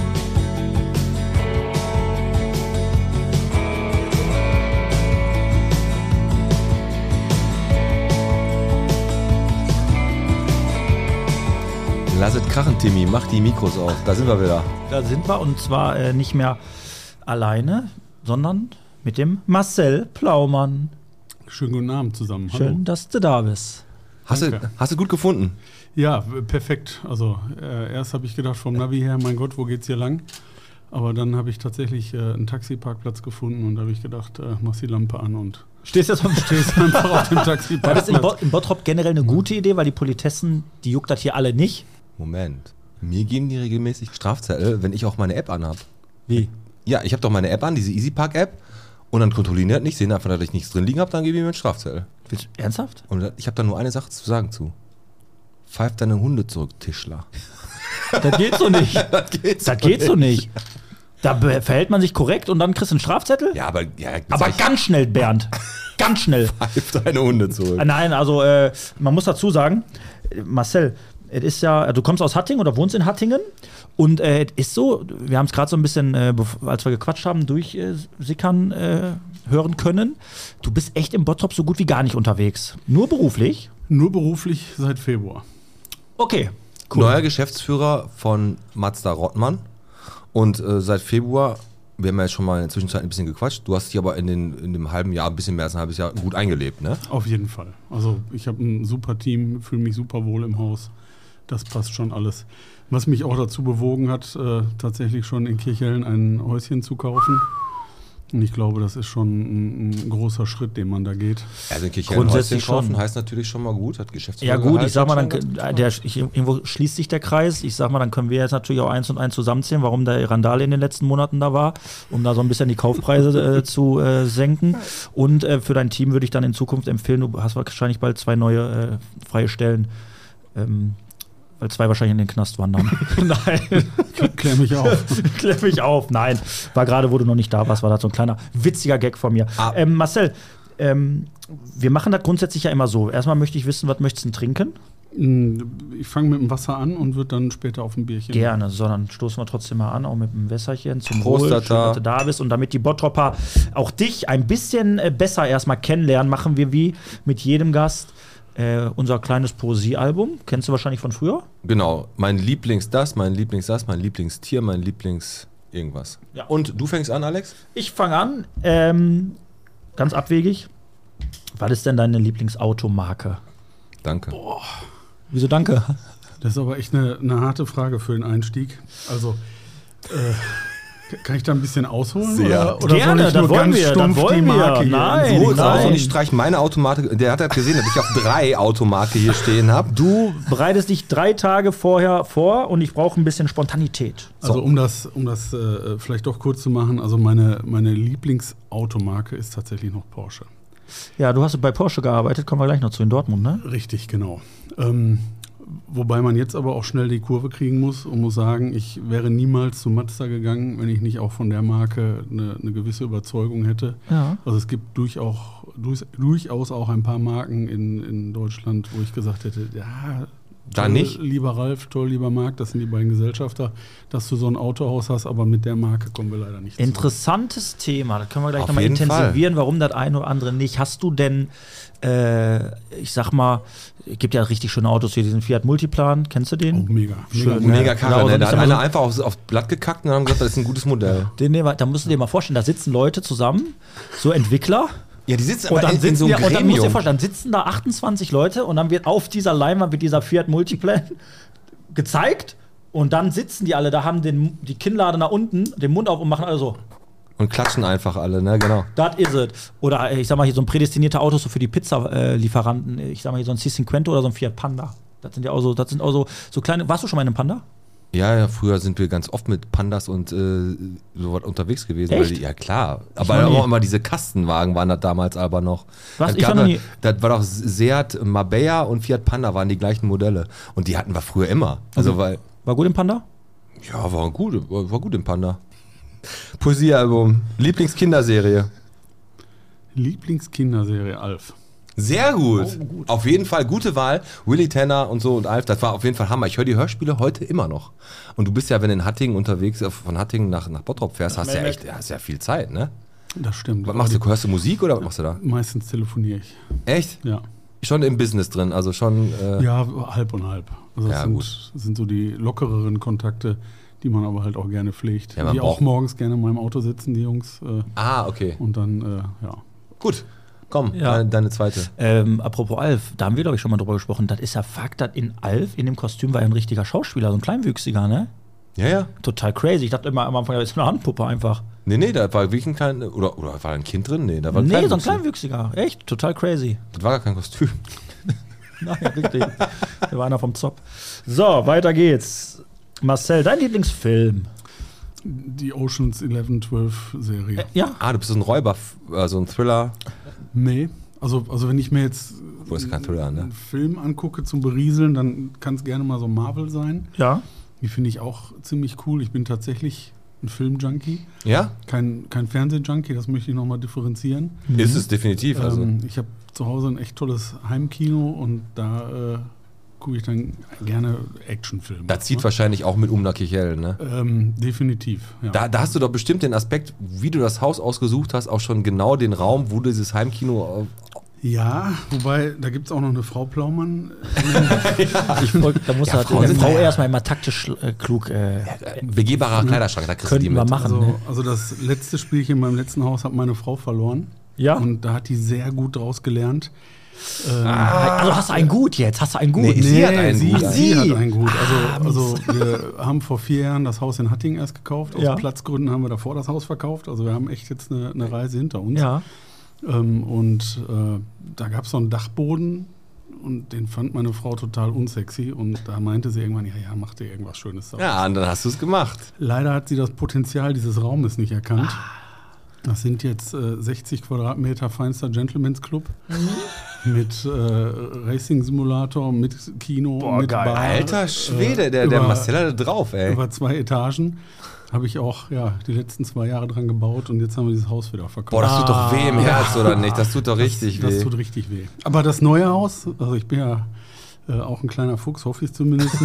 Lass es krachen, Timmy. Mach die Mikros auf. Da sind wir wieder. Da sind wir, und zwar nicht mehr alleine, sondern mit dem Marcel Plaumann. Schönen guten Abend zusammen. Hallo. Schön, dass du da bist. Hast du gut gefunden? Ja, perfekt. Also erst habe ich gedacht vom Navi her, mein Gott, wo geht's hier lang? Aber dann habe ich tatsächlich einen Taxiparkplatz gefunden und da habe ich gedacht, mach die Lampe an und stehst einfach auf dem Taxiparkplatz. Das ist in Bottrop generell eine gute Idee, weil die Politessen, die juckt das hier alle nicht. Moment. Mir geben die regelmäßig Strafzettel, wenn ich auch meine App anhab. Wie? Ja, ich habe doch meine App an, diese EasyPark-App. Und dann kontrollieren die halt nicht, sehen einfach, dass ich nichts drin liegen habe, dann gebe ich mir einen Strafzettel. Ernsthaft? Und ich habe da nur eine Sache zu sagen zu. Pfeif deine Hunde zurück, Tischler. Das geht so nicht. Das geht so nicht. Da verhält man sich korrekt und dann kriegst du einen Strafzettel? Ja, aber ganz schnell, Bernd. Ganz schnell. Pfeif deine Hunde zurück. Nein, also man muss dazu sagen, Marcel, es ist ja, du kommst aus Hattingen oder wohnst in Hattingen und es ist so, wir haben es gerade so ein bisschen, als wir gequatscht haben, durchsickern hören können. Du bist echt im Bottrop so gut wie gar nicht unterwegs. Nur beruflich? Nur beruflich seit Februar. Okay, cool. Neuer Geschäftsführer von Mazda Rottmann und seit Februar, wir haben ja jetzt schon mal in der Zwischenzeit ein bisschen gequatscht, du hast dich aber in dem halben Jahr, ein bisschen mehr als ein halbes Jahr gut eingelebt, ne? Auf jeden Fall. Also ich habe ein super Team, fühle mich super wohl im Haus. Das passt schon alles. Was mich auch dazu bewogen hat, tatsächlich schon in Kirchhellen ein Häuschen zu kaufen. Und ich glaube, das ist schon ein großer Schritt, den man da geht. Also in Kirchhellen ein Häuschen kaufen heißt natürlich schon mal gut, hat Geschäftsführer. Ja gut, ich sag mal, irgendwo schließt sich der Kreis. Ich sag mal, dann können wir jetzt natürlich auch 1 und 1 zusammenzählen, warum der Randale in den letzten Monaten da war, um da so ein bisschen die Kaufpreise zu senken. Und für dein Team würde ich dann in Zukunft empfehlen, du hast wahrscheinlich bald 2 neue freie Stellen, weil 2 wahrscheinlich in den Knast wandern. Nein. Klär mich auf. Klär mich auf. Nein. War gerade, wo du noch nicht da warst, war das so ein kleiner witziger Gag von mir. Marcel, wir machen das grundsätzlich ja immer so. Erstmal möchte ich wissen, was möchtest du denn trinken? Ich fange mit dem Wasser an und würde dann später auf ein Bierchen. Gerne, so dann stoßen wir trotzdem mal an, auch mit dem Wässerchen zum Prost, Wohl, schön, dass du da bist. Und damit die Bottropper auch dich ein bisschen besser erstmal kennenlernen, machen wir wie mit jedem Gast unser kleines Poesiealbum. Kennst du wahrscheinlich von früher? Genau, mein Lieblings-das, mein Lieblings-das, mein Lieblingstier, mein Lieblings-irgendwas. Ja. Und du fängst an, Alex? Ich fange an, ganz abwegig. Was ist denn deine Lieblingsautomarke? Danke. Boah. Wieso danke? Das ist aber echt eine harte Frage für den Einstieg. Also, kann ich da ein bisschen ausholen? Sehr. Oder gerne, soll ich nur ganz stumpf die Marke hier Nein, So ist nein. aus und ich streiche meine Automarke. Der hat ja gesehen, dass ich auch 3 Automarke hier stehen habe. Du bereitest dich 3 Tage vorher vor und ich brauche ein bisschen Spontanität. Also um das vielleicht doch kurz zu machen, also meine Lieblingsautomarke ist tatsächlich noch Porsche. Ja, du hast bei Porsche gearbeitet, kommen wir gleich noch zu in Dortmund, ne? Richtig, genau. Wobei man jetzt aber auch schnell die Kurve kriegen muss und muss sagen, ich wäre niemals zu Mazda gegangen, wenn ich nicht auch von der Marke eine gewisse Überzeugung hätte. Ja. Also es gibt durchaus auch ein paar Marken in Deutschland, wo ich gesagt hätte, ja, Da toll, nicht? Lieber Ralf, toll, lieber Marc, das sind die beiden Gesellschafter, dass du so ein Autohaus hast, aber mit der Marke kommen wir leider nicht Interessantes Thema, das können wir gleich Auf nochmal jeden intensivieren, warum das eine oder andere nicht. Hast du denn, ich sag mal, es gibt ja richtig schöne Autos hier, diesen Fiat Multiplan, kennst du den? Oh, mega. Schön. Mega Karre, Genau, ne? Da so hat ein bisschen einer einfach aufs Blatt gekackt und haben gesagt, das ist ein gutes Modell. Da musst du dir mal vorstellen, da sitzen Leute zusammen, so Entwickler. Ja, die sitzen Und aber dann in sitzen so einem und dann musst du dir Gremium. vorstellen, dann sitzen da 28 Leute und dann wird auf dieser Leinwand wird dieser Fiat Multiplan gezeigt und dann sitzen die alle, da haben die Kinnlade nach unten, den Mund auf und machen alle so. Und klatschen einfach alle, ne, genau. Das is it. Oder ich sag mal hier so ein prädestinierter Auto so für die Pizza-Lieferanten. Ich sag mal hier so ein C-Cinquento oder so ein Fiat Panda. Das sind ja auch so kleine. Warst du schon mal in einem Panda? Ja, früher sind wir ganz oft mit Pandas und so was unterwegs gewesen. Echt? Ja, klar. war Aber nie. auch immer diese Kastenwagen waren das damals aber noch. Was? Das Ich war gab noch ja- nie. Das war doch Seat Marbella und Fiat Panda waren die gleichen Modelle. Und die hatten wir früher immer. Also, weil, War gut im Panda? ja, war gut im Panda. Poesiealbum. Lieblingskinderserie. Lieblingskinderserie Alf. Sehr gut. Auf jeden Fall gute Wahl. Willy Tanner und so und Alf, das war auf jeden Fall Hammer. Ich höre die Hörspiele heute immer noch. Und du bist ja, wenn du in Hattingen unterwegs, von Hattingen nach Bottrop fährst, hast ja viel Zeit, ne? Das stimmt. Was machst du? Hörst du Musik oder was machst du da? Meistens telefoniere ich. Echt? Ja. Schon im Business drin, also schon. Ja, halb und halb. Also Ja, das sind so die lockereren Kontakte, die man aber halt auch gerne pflegt. Ja, man die auch braucht- morgens gerne in meinem Auto sitzen, die Jungs. Okay. Und dann, ja. Gut. Komm, Ja. deine zweite. Apropos Alf, da haben wir, glaube ich, schon mal drüber gesprochen. Das ist ja Fakt, dass in Alf, in dem Kostüm, war er ein richtiger Schauspieler, so ein Kleinwüchsiger, ne? Ja, ja. Total crazy. Ich dachte immer am Anfang, das ist eine Handpuppe einfach. Nee, da war wirklich ein klein. Oder war da ein Kind drin? Nee, da war ein Nee, so ein Kleinwüchsiger. Kleinwüchsiger. Echt, total crazy. Das war gar kein Kostüm. Nein, richtig. Der war einer vom Zopf. So, weiter geht's. Marcel, dein Lieblingsfilm? Die Oceans 11, 12 Serie. Ja. Du bist so ein Räuber, so ein Thriller. Nee. Also wenn ich mir jetzt Wo ist kein Thriller, ne? einen Film angucke zum Berieseln, dann kann es gerne mal so Marvel sein. Ja. Die finde ich auch ziemlich cool. Ich bin tatsächlich ein Film-Junkie. Ja? Kein Fernseh-Junkie, das möchte ich nochmal differenzieren. Ist es definitiv. Also. Ich habe zu Hause ein echt tolles Heimkino und da gucke ich dann gerne Actionfilme. Da zieht wahrscheinlich auch mit nach Kirchhellen, ne? Definitiv, ja. Da hast du doch bestimmt den Aspekt, wie du das Haus ausgesucht hast, auch schon genau den Raum, wo dieses Heimkino. Ja, wobei, da gibt es auch noch eine Frau Plaumann. Da muss halt Frauen eine sind Frau ja- erstmal immer taktisch klug. Begehbarer Kleiderschrank, da kriegst du die Könnten wir mit. machen. Also das letzte Spielchen in meinem letzten Haus hat meine Frau verloren. Ja. Und da hat die sehr gut draus gelernt. Also hast du einen Gut jetzt? Hast du einen Gut? Nee, Sie hat einen sie, Gut. sie hat einen Gut. Also wir haben vor 4 Jahren das Haus in Hattingen erst gekauft. Aus Ja. Platzgründen haben wir davor das Haus verkauft. Also wir haben echt jetzt eine Reise hinter uns. Ja. Da gab es so einen Dachboden und den fand meine Frau total unsexy. Und da meinte sie irgendwann, ja, mach dir irgendwas Schönes draus. Ja, und dann hast du es gemacht. Leider hat sie das Potenzial dieses Raumes nicht erkannt. Das sind jetzt 60 Quadratmeter feinster Gentleman's Club mit Racing-Simulator, mit Kino, mit geil. Bar. Alter Schwede, der Marcel hat da drauf, ey. Über 2 Etagen habe ich auch die letzten 2 Jahre dran gebaut und jetzt haben wir dieses Haus wieder verkauft. Boah, das tut doch weh im Herz, oder nicht? Das tut doch richtig Das weh. tut richtig weh. Aber das neue Haus, also ich bin ja auch ein kleiner Fuchs, hoffe ich zumindest,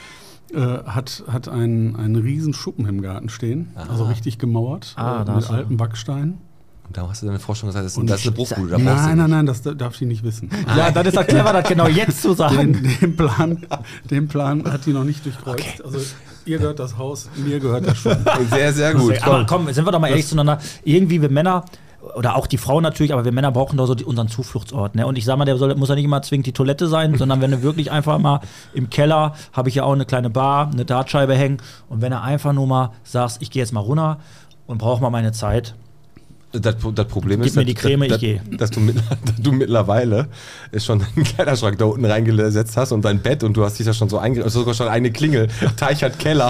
hat einen riesen Schuppen im Garten stehen, also richtig gemauert, da mit hast du- alten Backsteinen. Und da hast du deine Frau schon gesagt, das Und ist eine Bruchbude, da brauchst du Nein, nicht. das darf sie nicht wissen. Ja, dann ist das clever, das genau jetzt zu sagen. Den Plan hat die noch nicht durchkreuzt. Okay. Also ihr gehört das Haus, mir gehört das schon. Sehr, sehr gut. Aber komm, sind wir doch mal ehrlich zueinander. Irgendwie, wir Männer, oder auch die Frauen natürlich, aber wir Männer brauchen doch so unseren Zufluchtsort. Ne? Und ich sag mal, muss ja nicht immer zwingend die Toilette sein, sondern wenn du wirklich einfach mal im Keller, habe ich ja auch eine kleine Bar, eine Dartscheibe hängen. Und wenn du einfach nur mal sagst, ich gehe jetzt mal runter und brauche mal meine Zeit. Das Problem Gib ist, mir die Creme, ich gehe. dass du mittlerweile schon einen Kleiderschrank da unten reingesetzt hast und dein Bett und du hast dich da schon so eingerichtet, sogar schon eine Klingel, Teichert Keller.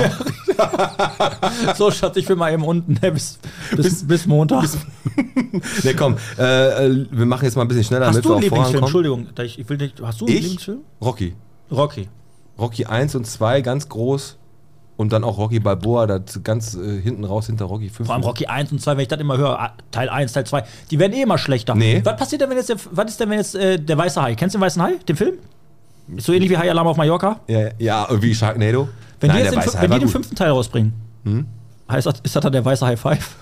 So, Schatz, ich will mal eben unten, ne, bis Montag. Ne, komm, wir machen jetzt mal ein bisschen schneller, Hast damit du wir einen auch Lieblingsfilm? vorankommen. Entschuldigung, ich will nicht, hast du einen Ich? Lieblingsfilm? Rocky. Rocky. Rocky 1 und 2 ganz groß und dann auch Rocky Balboa, das ganz hinten raus hinter Rocky 5. Vor allem Rocky 1 und 2, wenn ich das immer höre, Teil 1, Teil 2, die werden eh immer schlechter. Nee. Was passiert denn, was ist denn, wenn jetzt der Weiße Hai, kennst du den Weißen Hai, den Film? Ist so ähnlich wie High Alarm auf Mallorca? Ja, wie Sharknado. Wenn Nein, die, der jetzt Weiße Hai wenn war die den gut. 5. Teil rausbringen, ist das dann der Weiße High Five?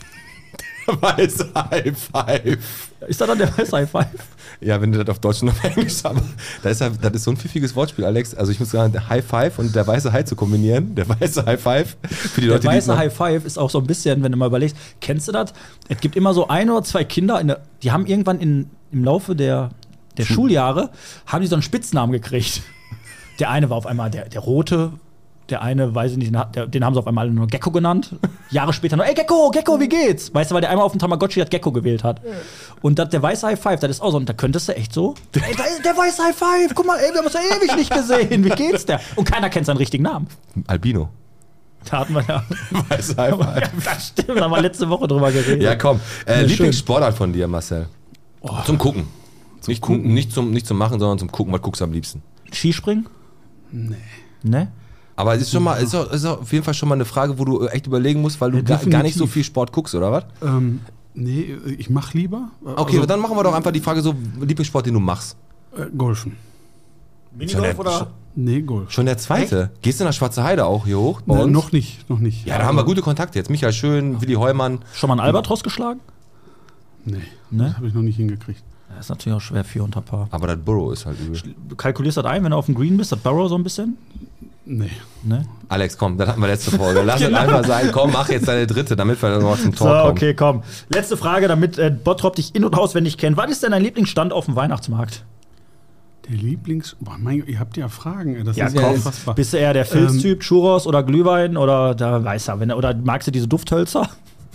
Weiße High Five. Ist das dann der Weiße High Five? Ja, wenn du das auf Deutsch und auf Englisch hast. Das ist so ein pfiffiges Wortspiel, Alex. Also ich muss sagen, der High Five und der weiße Hai zu kombinieren. Der weiße High Five. Für die Der Leute, Weiße die High Five ist auch so ein bisschen, wenn du mal überlegst, kennst du das? Es gibt immer so 1 oder 2 Kinder, die haben irgendwann im Laufe der Schuljahre, haben die so einen Spitznamen gekriegt. Der eine war auf einmal der Rote, der eine, weiß ich nicht, den haben sie auf einmal nur Gecko genannt. Jahre später noch, ey Gecko, wie geht's? Weißt du, weil der einmal auf dem Tamagotchi das Gecko gewählt hat. Und der weiße High Five, das ist auch so, und da könntest du echt so, ey, da ist der weiße High Five, guck mal, ey, wir haben uns ja ewig nicht gesehen, wie geht's der? Und keiner kennt seinen richtigen Namen. Albino. Da hatten wir ja, Weiße High Five. das stimmt, da haben wir letzte Woche drüber geredet. Ja, komm. schön. Lieblingssportart von dir, Marcel? Zum Gucken. Nicht zum Machen, sondern zum Gucken. Was guckst du am liebsten? Skispringen? Nee. Ne? Aber es ist schon mal, ist auch auf jeden Fall schon mal eine Frage, wo du echt überlegen musst, weil du Ja, gar nicht definitiv. so viel Sport guckst, oder was? Nee, ich mach lieber. Okay, dann machen wir doch einfach die Frage so, Lieblingssport, den du machst. Golfen. Minigolf oder? Nee, Golf. Schon der zweite. Gehst du nach Schwarze Heide auch hier hoch? bei uns? Noch nicht. Ja, da haben wir gute Kontakte jetzt. Michael Schön, Willi Heumann. Schon mal einen Albatros geschlagen? Nee, Ne? das habe ich noch nicht hingekriegt. Das ist natürlich auch schwer, 4 unter Paar. Aber das Burrow ist halt übel. Du kalkulierst das ein, wenn du auf dem Green bist, das Barrow so ein bisschen? Nee. Ne? Alex, komm, das hatten wir letzte Folge. Lass es einfach sein. Komm, mach jetzt deine dritte, damit wir dann noch zum Tor kommen. okay, komm. Letzte Frage, damit Bottrop dich in- und auswendig kennt. Was ist denn dein Lieblingsstand auf dem Weihnachtsmarkt? Der Boah, mein Gott, ihr habt ja Fragen. ey, Das Ja, ist ja komm. unfassbar. Bist du eher der Filztyp, Churros oder Glühwein oder da weiß er, oder magst du diese Dufthölzer?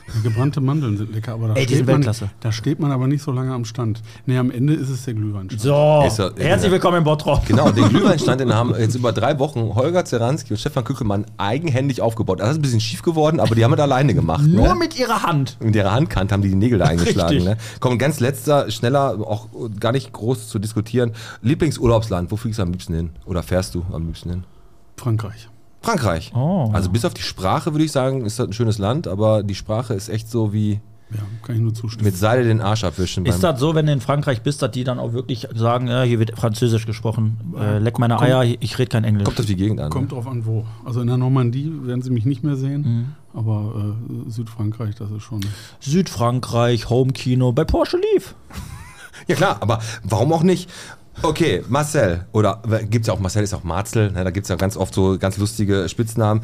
Gebrannte Mandeln sind lecker, aber Ey, die sind Weltklasse. Da steht man aber nicht so lange am Stand. Nee, am Ende ist es der Glühweinstand. So, Ist herzlich willkommen im Bottrop. Genau, den Glühweinstand, den haben jetzt über 3 Wochen Holger Zeranski und Stefan Kückelmann eigenhändig aufgebaut. Das ist ein bisschen schief geworden, aber die haben es alleine gemacht. Nur ne? mit ihrer Hand. Mit ihrer Handkante haben die Nägel da eingeschlagen. Richtig. Ne? Komm, ganz letzter, schneller, auch gar nicht groß zu diskutieren. Lieblingsurlaubsland, wo fliegst du am liebsten hin? Oder fährst du am liebsten hin? Frankreich. Frankreich. Oh. Also bis auf die Sprache würde ich sagen, ist das ein schönes Land, aber die Sprache ist echt so wie Ja, kann ich nur zustimmen. mit Seide den Arsch abwischen. Ist das so, wenn du in Frankreich bist, dass die dann auch wirklich sagen, ja, hier wird Französisch gesprochen, leck meine Eier, ich rede kein Englisch. Kommt auf die Gegend an. Kommt drauf an, wo. Also in der Normandie werden sie mich nicht mehr sehen, aber Südfrankreich, das ist schon... Südfrankreich, Homekino, bei Porsche lief. Ja klar, aber warum auch nicht? Okay, Marcel, oder gibt es ja auch, Marcel ist auch Marzel, ne, da gibt es ja ganz oft so ganz lustige Spitznamen.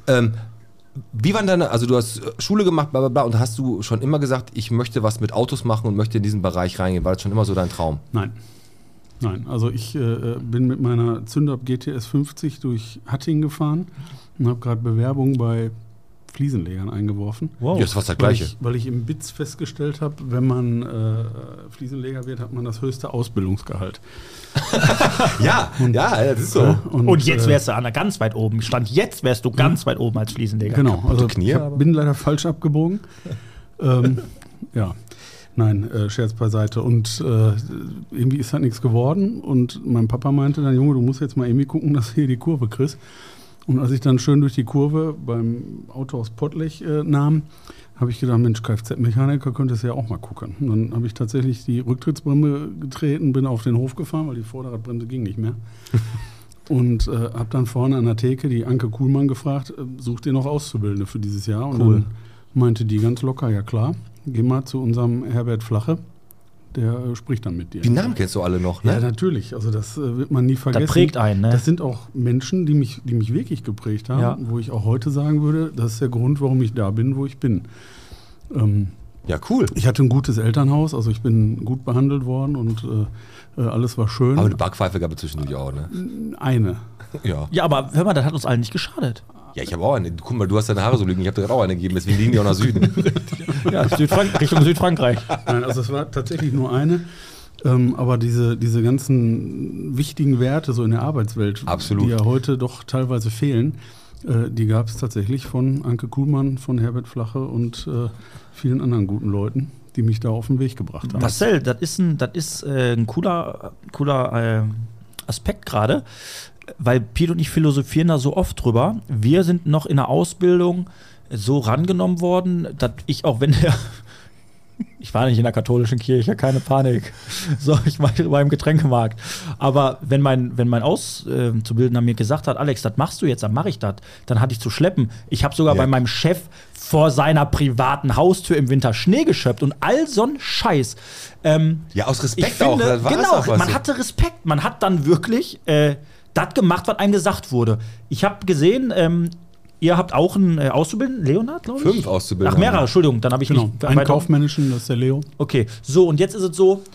Wie waren deine, also du hast Schule gemacht, bla bla bla, und hast du schon immer gesagt, ich möchte was mit Autos machen und möchte in diesen Bereich reingehen? War das schon immer so dein Traum? Nein, also ich bin mit meiner Zündapp GTS 50 durch Hattingen gefahren und habe gerade Bewerbungen bei Fliesenlegern eingeworfen. Ja, das ist fast das Gleiche. Weil ich im BITS festgestellt habe, wenn man Fliesenleger wird, hat man das höchste Ausbildungsgehalt. Ja, das ist so. Und jetzt wärst du ganz weit oben. Stand jetzt wärst du ganz weit oben als Fliesenleger. Genau, also Knie, ich aber- bin leider falsch abgebogen. Ja, nein, Scherz beiseite. Und irgendwie ist halt nichts geworden. Und mein Papa meinte dann, Junge, du musst jetzt mal irgendwie gucken, dass du hier die Kurve kriegst. Und als ich dann schön durch die Kurve beim Auto aus Pottlech nahm, habe ich gedacht, Mensch, Kfz-Mechaniker könntest du ja auch mal gucken. Und dann habe ich tatsächlich die Rücktrittsbremse getreten, bin auf den Hof gefahren, weil die Vorderradbremse ging nicht mehr. Und habe dann vorne an der Theke die Anke Kuhlmann gefragt, sucht ihr noch Auszubildende für dieses Jahr? Und dann meinte die ganz locker, ja klar, geh mal zu unserem Herbert Flache, der spricht dann mit dir. Die Namen kennst du alle noch, ne? Ja, natürlich. Also das wird man nie vergessen. Das prägt einen, ne? Das sind auch Menschen, die mich wirklich geprägt haben, Ja. wo ich auch heute sagen würde, das ist der Grund, warum ich da bin, wo ich bin. Ja, cool. Ich hatte ein gutes Elternhaus, also ich bin gut behandelt worden und alles war schön. Aber eine Backpfeife gab es zwischendurch auch, ne? Eine. Ja. Ja, aber hör mal, das hat uns allen nicht geschadet. Ja, ich habe auch eine. Guck mal, du hast deine Haare so liegen, ich habe dir auch eine gegeben, deswegen liegen die auch nach Süden. Ja, Richtung Südfrankreich. Nein, also es war tatsächlich nur eine. Aber diese ganzen wichtigen Werte so in der Arbeitswelt, Absolut. die ja heute doch teilweise fehlen, die gab es tatsächlich von Anke Kuhlmann, von Herbert Flache und vielen anderen guten Leuten, die mich da auf den Weg gebracht haben. Marcel, das ist ein cooler Aspekt gerade, weil Piet und ich philosophieren da so oft drüber. Wir sind noch in der Ausbildung so rangenommen worden, dass ich auch ich war nicht in der katholischen Kirche, keine Panik. So, ich war im Getränkemarkt. Aber wenn mein Auszubildender mir gesagt hat, Alex, das machst du jetzt, dann mache ich das, dann hatte ich zu schleppen. Ich habe sogar bei meinem Chef vor seiner privaten Haustür im Winter Schnee geschöpft und all so ein Scheiß. Ja, aus Respekt Ich finde, auch. Das war genau, auch was man hatte Respekt. Man hat dann wirklich das gemacht, was einem gesagt wurde. Ich habe gesehen, ihr habt auch einen Auszubildenden, Leonhard, glaube ich? 5 Auszubildende. Ach, mehrere, Entschuldigung, dann habe ich Genau, nicht einen weiter- kaufmännischen, das ist der Leo. Okay, so, und jetzt ist es so,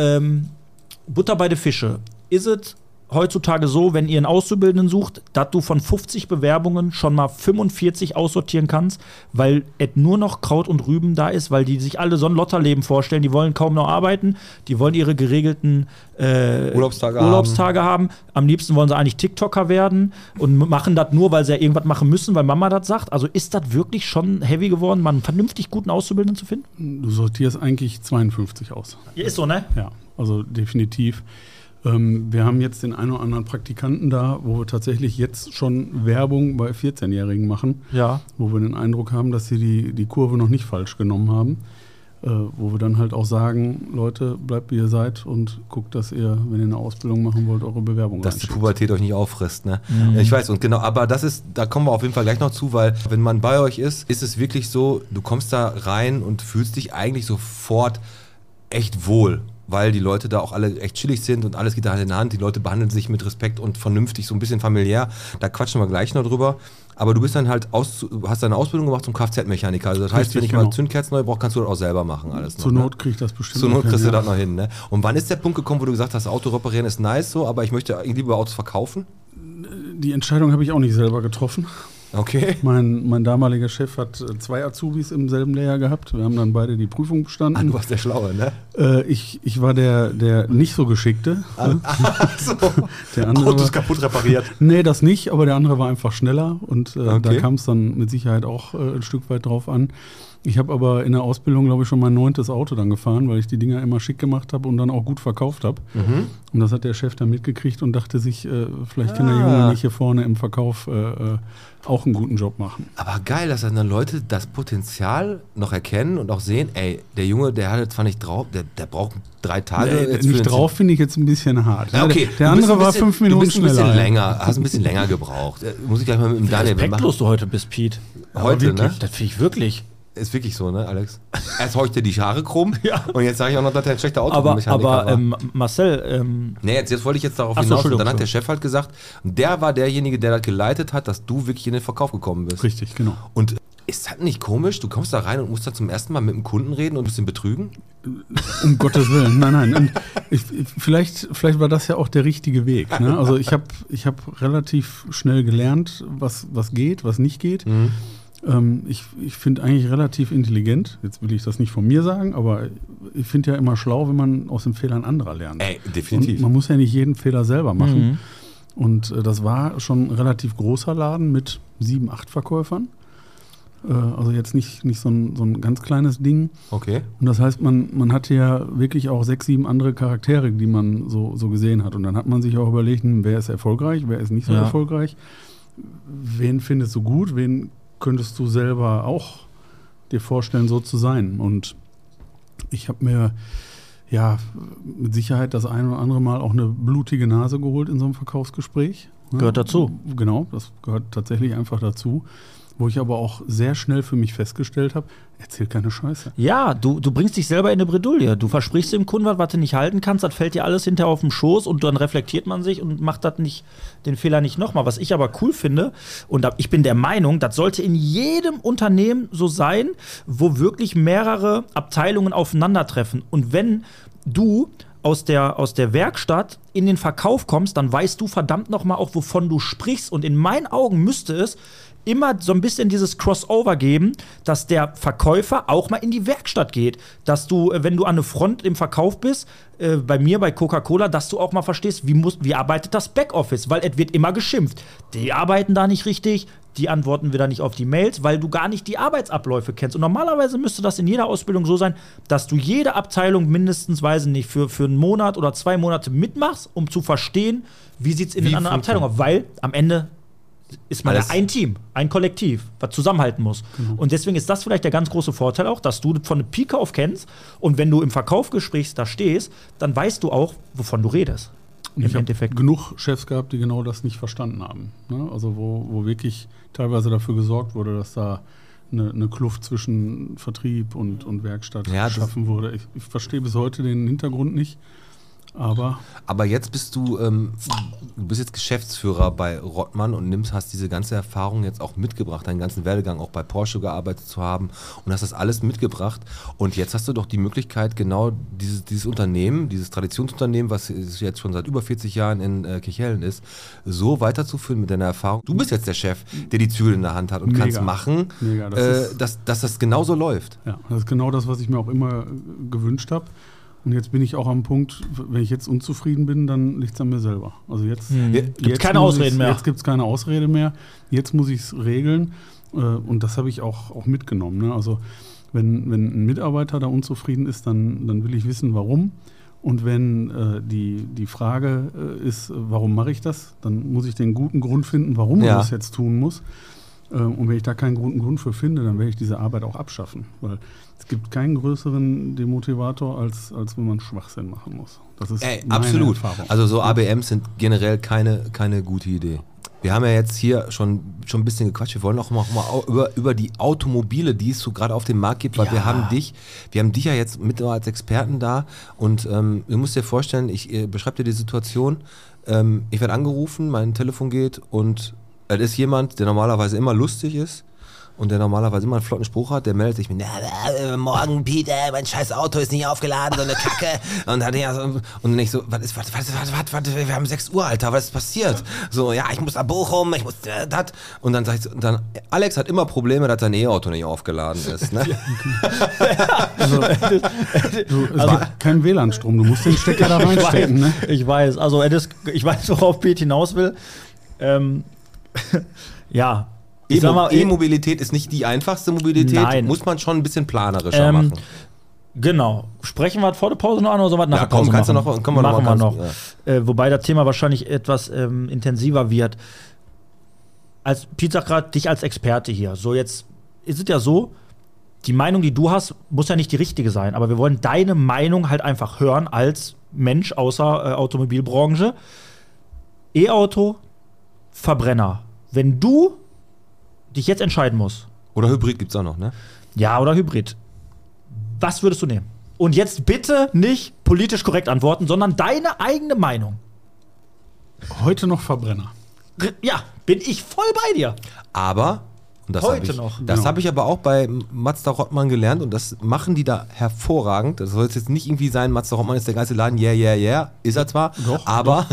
Butter bei den Fische. Ist es heutzutage so, wenn ihr einen Auszubildenden sucht, dass du von 50 Bewerbungen schon mal 45 aussortieren kannst, weil es nur noch Kraut und Rüben da ist, weil die sich alle so ein Lotterleben vorstellen, die wollen kaum noch arbeiten, die wollen ihre geregelten Urlaubstage haben. Am liebsten wollen sie eigentlich TikToker werden und machen das nur, weil sie ja irgendwas machen müssen, weil Mama das sagt. Also ist das wirklich schon heavy geworden, mal einen vernünftig guten Auszubildenden zu finden? Du sortierst eigentlich 52 aus. Ja, ist so, ne? Ja, also definitiv. Wir haben jetzt den einen oder anderen Praktikanten da, wo wir tatsächlich jetzt schon Werbung bei 14-Jährigen machen, Ja. wo wir den Eindruck haben, dass sie die Kurve noch nicht falsch genommen haben. Wo wir dann halt auch sagen, Leute, bleibt wie ihr seid und guckt, dass ihr, wenn ihr eine Ausbildung machen wollt, eure Bewerbung Dass die reinschickt. Pubertät euch nicht auffrisst, ne? Ja, ich weiß, und genau, aber da kommen wir auf jeden Fall gleich noch zu, weil wenn man bei euch ist es wirklich so, du kommst da rein und fühlst dich eigentlich sofort echt wohl, weil die Leute da auch alle echt chillig sind und alles geht da Hand in Hand, die Leute behandeln sich mit Respekt und vernünftig, so ein bisschen familiär, da quatschen wir gleich noch drüber. Aber du bist dann halt hast deine Ausbildung gemacht zum Kfz-Mechaniker. Also das heißt, Richtig, wenn ich genau. mal Zündkerzen neu brauche, kannst du das auch selber machen. Alles noch, Zur ne? Not kriege ich das bestimmt Zur Not noch kriegst du hin, das noch hin, ne? Und wann ist der Punkt gekommen, wo du gesagt hast, Auto reparieren ist nice so, aber ich möchte lieber Autos verkaufen? Die Entscheidung habe ich auch nicht selber getroffen. Okay. Mein damaliger Chef hat 2 Azubis im selben Lehrjahr gehabt. Wir haben dann beide die Prüfung bestanden. Du warst der Schlaue, ne? Ich war der nicht so Geschickte. So. Der andere Autos kaputt repariert. Nee, das nicht, aber der andere war einfach schneller und da Okay. kam es dann mit Sicherheit auch ein Stück weit drauf an. Ich habe aber in der Ausbildung, glaube ich, schon mein 9. Auto dann gefahren, weil ich die Dinger immer schick gemacht habe und dann auch gut verkauft habe. Und das hat der Chef dann mitgekriegt und dachte sich, vielleicht kann der Junge nicht hier vorne im Verkauf auch einen guten Job machen. Aber geil, dass dann Leute das Potenzial noch erkennen und auch sehen, ey, der Junge, der hat jetzt zwar nicht drauf, der braucht 3 Tage. Jetzt Nicht drauf finde ich jetzt ein bisschen hart. Ja, okay. Der Du bist andere ein war bisschen- 5 Minuten Du bist ein bisschen schneller. länger, hast ein bisschen länger gebraucht. Muss ich gleich mal mit dem Daniel Respektlos du heute bist, Pete. Heute, ne? Das finde ich wirklich. Ist wirklich so, ne, Alex? Erst heucht dir die Haare krumm und jetzt sage ich auch noch, dass er ein schlechter Aber Automechaniker war. Marcel, Nee, jetzt wollte ich jetzt darauf Ach so, hinaus. Und dann Entschuldigung, hat der Chef halt gesagt, der war derjenige, der das geleitet hat, dass du wirklich in den Verkauf gekommen bist. Richtig, genau. Und ist das nicht komisch? Du kommst da rein und musst da zum ersten Mal mit dem Kunden reden und ein bisschen betrügen? Um Gottes Willen, nein. Und vielleicht war das ja auch der richtige Weg. Ne? Also ich hab relativ schnell gelernt, was geht, was nicht geht. Ich finde eigentlich relativ intelligent. Jetzt will ich das nicht von mir sagen, aber ich finde ja immer schlau, wenn man aus den Fehlern anderer lernt. Ey, definitiv. Und man muss ja nicht jeden Fehler selber machen. Und das war schon ein relativ großer Laden mit 7, 8 Verkäufern. Also jetzt nicht so ein ganz kleines Ding. Okay. Und das heißt, man hatte ja wirklich auch 6, 7 andere Charaktere, die man so gesehen hat. Und dann hat man sich auch überlegt, wer ist erfolgreich, wer ist nicht so erfolgreich. Wen findest du gut, wen könntest du selber auch dir vorstellen, so zu sein. Und ich habe mir ja mit Sicherheit das ein oder andere Mal auch eine blutige Nase geholt in so einem Verkaufsgespräch. Gehört dazu. Genau, das gehört tatsächlich einfach dazu. Wo ich aber auch sehr schnell für mich festgestellt habe, erzähl keine Scheiße. Ja, du bringst dich selber in eine Bredouille. Du versprichst dem Kunden was du nicht halten kannst, das fällt dir alles hinterher auf den Schoß und dann reflektiert man sich und macht das nicht, den Fehler nicht nochmal. Was ich aber cool finde, und ich bin der Meinung, das sollte in jedem Unternehmen so sein, wo wirklich mehrere Abteilungen aufeinandertreffen. Und wenn du aus der Werkstatt in den Verkauf kommst, dann weißt du verdammt nochmal auch, wovon du sprichst. Und in meinen Augen müsste es immer so ein bisschen dieses Crossover geben, dass der Verkäufer auch mal in die Werkstatt geht. Dass du, wenn du an der Front im Verkauf bist, bei mir, bei Coca-Cola, dass du auch mal verstehst, wie arbeitet das Backoffice? Weil es wird immer geschimpft. Die arbeiten da nicht richtig, die antworten wieder nicht auf die Mails, weil du gar nicht die Arbeitsabläufe kennst. Und normalerweise müsste das in jeder Ausbildung so sein, dass du jede Abteilung mindestens, weiß ich nicht, für einen Monat oder 2 Monate mitmachst, um zu verstehen, wie sieht es in den anderen Abteilungen aus. Weil am Ende ist man ja ein Team, ein Kollektiv, was zusammenhalten muss. Und deswegen ist das vielleicht der ganz große Vorteil auch, dass du von der Pike auf kennst und wenn du im Verkaufsgespräch da stehst, dann weißt du auch, wovon du redest. Und ich habe genug Chefs gehabt, die genau das nicht verstanden haben. Ne? Also wo wirklich teilweise dafür gesorgt wurde, dass da eine Kluft zwischen Vertrieb und Werkstatt geschaffen wurde. Ich verstehe bis heute den Hintergrund nicht. Aber jetzt bist du bist jetzt Geschäftsführer bei Rottmann und hast diese ganze Erfahrung jetzt auch mitgebracht, deinen ganzen Werdegang auch bei Porsche gearbeitet zu haben und hast das alles mitgebracht. Und jetzt hast du doch die Möglichkeit, genau dieses Unternehmen, dieses Traditionsunternehmen, was jetzt schon seit über 40 Jahren in Kirchhellen ist, so weiterzuführen mit deiner Erfahrung. Du bist jetzt der Chef, der die Zügel in der Hand hat und kannst machen, dass das genauso läuft. Ja, das ist genau das, was ich mir auch immer gewünscht habe. Und jetzt bin ich auch am Punkt, wenn ich jetzt unzufrieden bin, dann liegt es an mir selber. Also jetzt gibt es keine Ausreden mehr. Jetzt gibt es keine Ausrede mehr. Jetzt muss ich es regeln. Und das habe ich auch mitgenommen. Ne? Also wenn ein Mitarbeiter da unzufrieden ist, dann will ich wissen, warum. Und wenn die Frage ist, warum mache ich das, dann muss ich den guten Grund finden, warum man das jetzt tun muss. Und wenn ich da keinen guten Grund für finde, dann werde ich diese Arbeit auch abschaffen. Weil es gibt keinen größeren Demotivator, als wenn man Schwachsinn machen muss. Das ist meine absolut. Erfahrung. Also so ABMs sind generell keine gute Idee. Wir haben ja jetzt hier schon ein bisschen gequatscht. Wir wollen auch mal über die Automobile, die es so gerade auf dem Markt gibt, weil wir haben dich ja jetzt mit als Experten da und du musst dir vorstellen, ich beschreibe dir die Situation, ich werde angerufen, mein Telefon geht und es ist jemand, der normalerweise immer lustig ist und der normalerweise immer einen flotten Spruch hat, der meldet sich mit, morgen, Peter, mein scheiß Auto ist nicht aufgeladen, so eine Kacke. Und dann ich so, wir haben 6 Uhr, Alter, was ist passiert? So, ja, ich muss nach Bochum, ich muss das. Und dann sag ich so, Alex hat immer Probleme, dass sein E-Auto nicht aufgeladen ist. Ne? Es gibt keinen WLAN-Strom, du musst den Stecker da reinstecken. Ne? Ich weiß, also ich weiß, worauf Pete hinaus will. Ja. E-Mobilität ist nicht die einfachste Mobilität. Nein. Muss man schon ein bisschen planerischer machen. Genau. Sprechen wir vor der Pause noch an oder sollen wir nach der Pause machen? Machen wir noch. Ja. Wobei das Thema wahrscheinlich etwas intensiver wird. Als Pete sagt gerade, dich als Experte hier. So, jetzt ist es ja so, die Meinung, die du hast, muss ja nicht die richtige sein. Aber wir wollen deine Meinung halt einfach hören als Mensch außer Automobilbranche. E-Auto, Verbrenner. Wenn du dich jetzt entscheiden musst. Oder Hybrid gibt's auch noch, ne? Ja, oder Hybrid. Was würdest du nehmen? Und jetzt bitte nicht politisch korrekt antworten, sondern deine eigene Meinung. Heute noch Verbrenner. Ja, bin ich voll bei dir. Aber, und das habe ich aber auch bei Mazda Rottmann gelernt und das machen die da hervorragend. Das soll jetzt nicht irgendwie sein, Mazda Rottmann ist der geilste Laden, yeah, ist er zwar, aber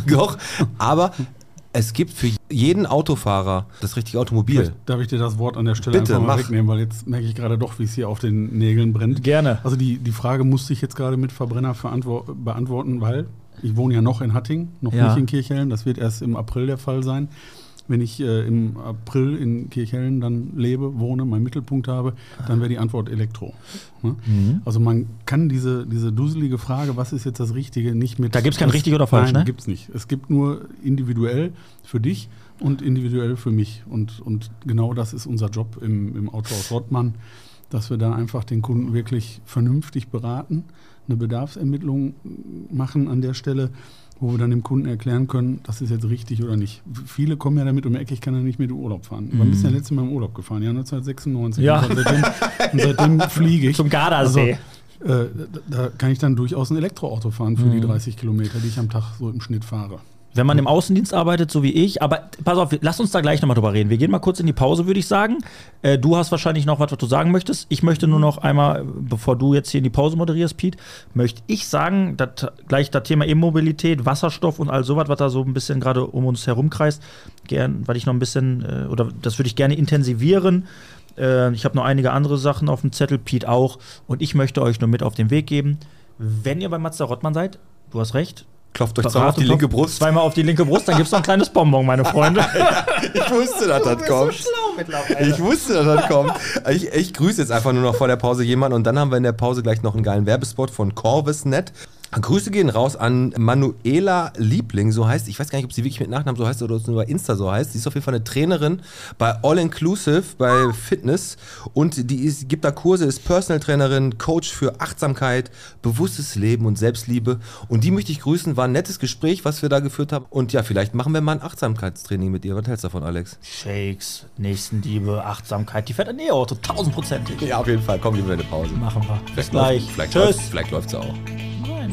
es gibt für jeden Autofahrer das richtige Automobil. Vielleicht darf ich dir das Wort an der Stelle Bitte, einfach mal wegnehmen, weil jetzt merke ich gerade doch, wie es hier auf den Nägeln brennt. Gerne. Also die Frage musste ich jetzt gerade mit Verbrenner beantworten, weil ich wohne ja noch in Hattingen, noch nicht in Kirchhellen. Das wird erst im April der Fall sein. Wenn ich im April in Kirchhellen dann lebe, wohne, meinen Mittelpunkt habe, dann wäre die Antwort Elektro. Ne? Mhm. Also man kann diese dusselige Frage, was ist jetzt das Richtige, nicht mit... Da gibt es kein richtig oder falsch, nein, gibt es nicht. Es gibt nur individuell für dich und individuell für mich. Und genau das ist unser Job im Autohaus Rottmann, dass wir da einfach den Kunden wirklich vernünftig beraten, eine Bedarfsermittlung machen an der Stelle, wo wir dann dem Kunden erklären können, das ist jetzt richtig oder nicht. Viele kommen ja damit um die Ecke, ich kann ja nicht mehr in Urlaub fahren. Wann bist du ja letztes Mal im Urlaub gefahren? Ja, 1996. Ja. Und seitdem fliege ich. Zum Gardasee. Also, da kann ich dann durchaus ein Elektroauto fahren für die 30 Kilometer, die ich am Tag so im Schnitt fahre. Wenn man im Außendienst arbeitet, so wie ich, aber pass auf, lass uns da gleich nochmal drüber reden. Wir gehen mal kurz in die Pause, würde ich sagen. Du hast wahrscheinlich noch was du sagen möchtest. Ich möchte nur noch einmal, bevor du jetzt hier in die Pause moderierst, Pete, möchte ich sagen, dass gleich das Thema E-Mobilität, Wasserstoff und all sowas, was da so ein bisschen gerade um uns herumkreist, weil ich noch ein bisschen, oder das würde ich gerne intensivieren. Ich habe noch einige andere Sachen auf dem Zettel, Pete auch. Und ich möchte euch nur mit auf den Weg geben, wenn ihr bei Mazda Rottmann seid, du hast recht, klopft euch zweimal auf die linke Brust. Zweimal auf die linke Brust, dann gibt's noch ein kleines Bonbon, meine Freunde. Ich wusste, dass das kommt. So schlau mittlerweile. Ich wusste, dass das kommt. Ich grüße jetzt einfach nur noch vor der Pause jemanden und dann haben wir in der Pause gleich noch einen geilen Werbespot von Corvus.net. Grüße gehen raus an Manuela Liebling, so heißt, ich weiß gar nicht, ob sie wirklich mit Nachnamen so heißt oder ob sie nur bei Insta so heißt. Sie ist auf jeden Fall eine Trainerin bei All Inclusive, bei Fitness und gibt da Kurse, ist Personal Trainerin, Coach für Achtsamkeit, bewusstes Leben und Selbstliebe und die möchte ich grüßen, war ein nettes Gespräch, was wir da geführt haben und ja, vielleicht machen wir mal ein Achtsamkeitstraining mit ihr. Was hältst du davon, Alex? Shakes, Nächstenliebe, Achtsamkeit, die fährt ein E-Auto, 1000%. Ja, auf jeden Fall, komm, lieber in eine Pause. Machen wir. Bis gleich. Tschüss. Vielleicht läuft es auch. Nein.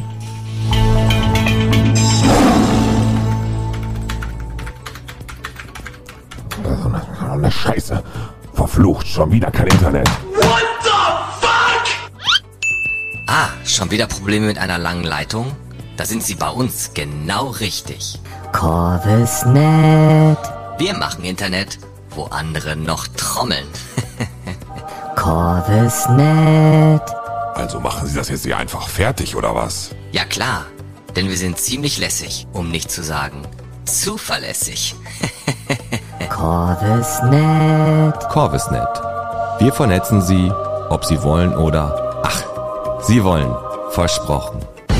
Eine Scheiße. Verflucht, schon wieder kein Internet. What the fuck? Ah, schon wieder Probleme mit einer langen Leitung? Da sind Sie bei uns genau richtig. Corvus.net. Wir machen Internet, wo andere noch trommeln. Corvus.net. Also machen Sie das jetzt hier einfach fertig, oder was? Ja klar, denn wir sind ziemlich lässig, um nicht zu sagen zuverlässig. Corvus.net. Corvus.net. Wir vernetzen Sie, ob Sie wollen oder... Ach, Sie wollen. Versprochen.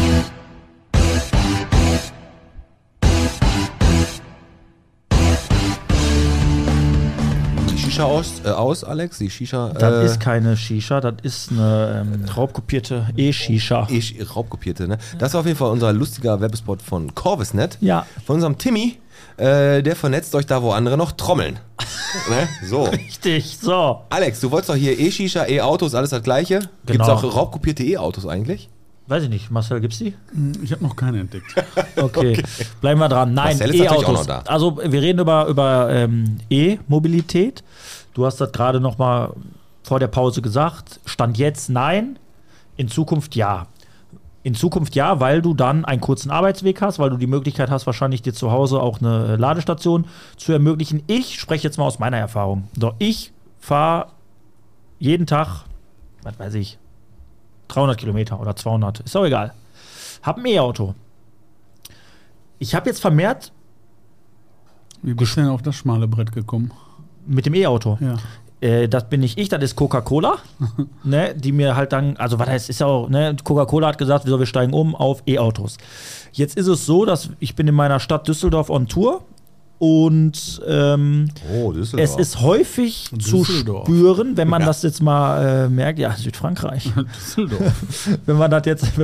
Die Shisha aus, Alex? Die Shisha... Das ist keine Shisha, das ist eine raubkopierte E-Shisha. Raubkopierte, ne? Das war auf jeden Fall unser lustiger Werbespot von Corvus.net. Ja. Von unserem Timmy. Der vernetzt euch da, wo andere noch trommeln. Ne? So. Richtig, so. Alex, du wolltest doch hier E-Shisha, E-Autos, alles das Gleiche. Gibt es Genau. auch raubkopierte E-Autos eigentlich? Weiß ich nicht. Marcel, gibt's die? Ich habe noch keine entdeckt. Okay. Bleiben wir dran. Nein, Marcel ist natürlich auch E-Autos. noch da. Also wir reden über E-Mobilität. Du hast das gerade noch mal vor der Pause gesagt. Stand jetzt nein, in Zukunft ja. In Zukunft ja, weil du dann einen kurzen Arbeitsweg hast, weil du die Möglichkeit hast, wahrscheinlich dir zu Hause auch eine Ladestation zu ermöglichen. Ich spreche jetzt mal aus meiner Erfahrung. So, ich fahre jeden Tag, was weiß ich, 300 Kilometer oder 200, ist auch egal. Hab ein E-Auto. Ich habe jetzt vermehrt Wie bist du denn auf das schmale Brett gekommen? mit dem E-Auto. Ja. Das bin nicht ich, das ist Coca-Cola, ne, die mir halt dann, also was heißt, ist ja auch, ne, Coca-Cola hat gesagt, wir steigen um auf E-Autos. Jetzt ist es so, dass ich bin in meiner Stadt Düsseldorf on Tour und Düsseldorf. es ist häufig zu Düsseldorf. spüren, wenn man das jetzt mal merkt, ja, Südfrankreich. Düsseldorf. wenn man das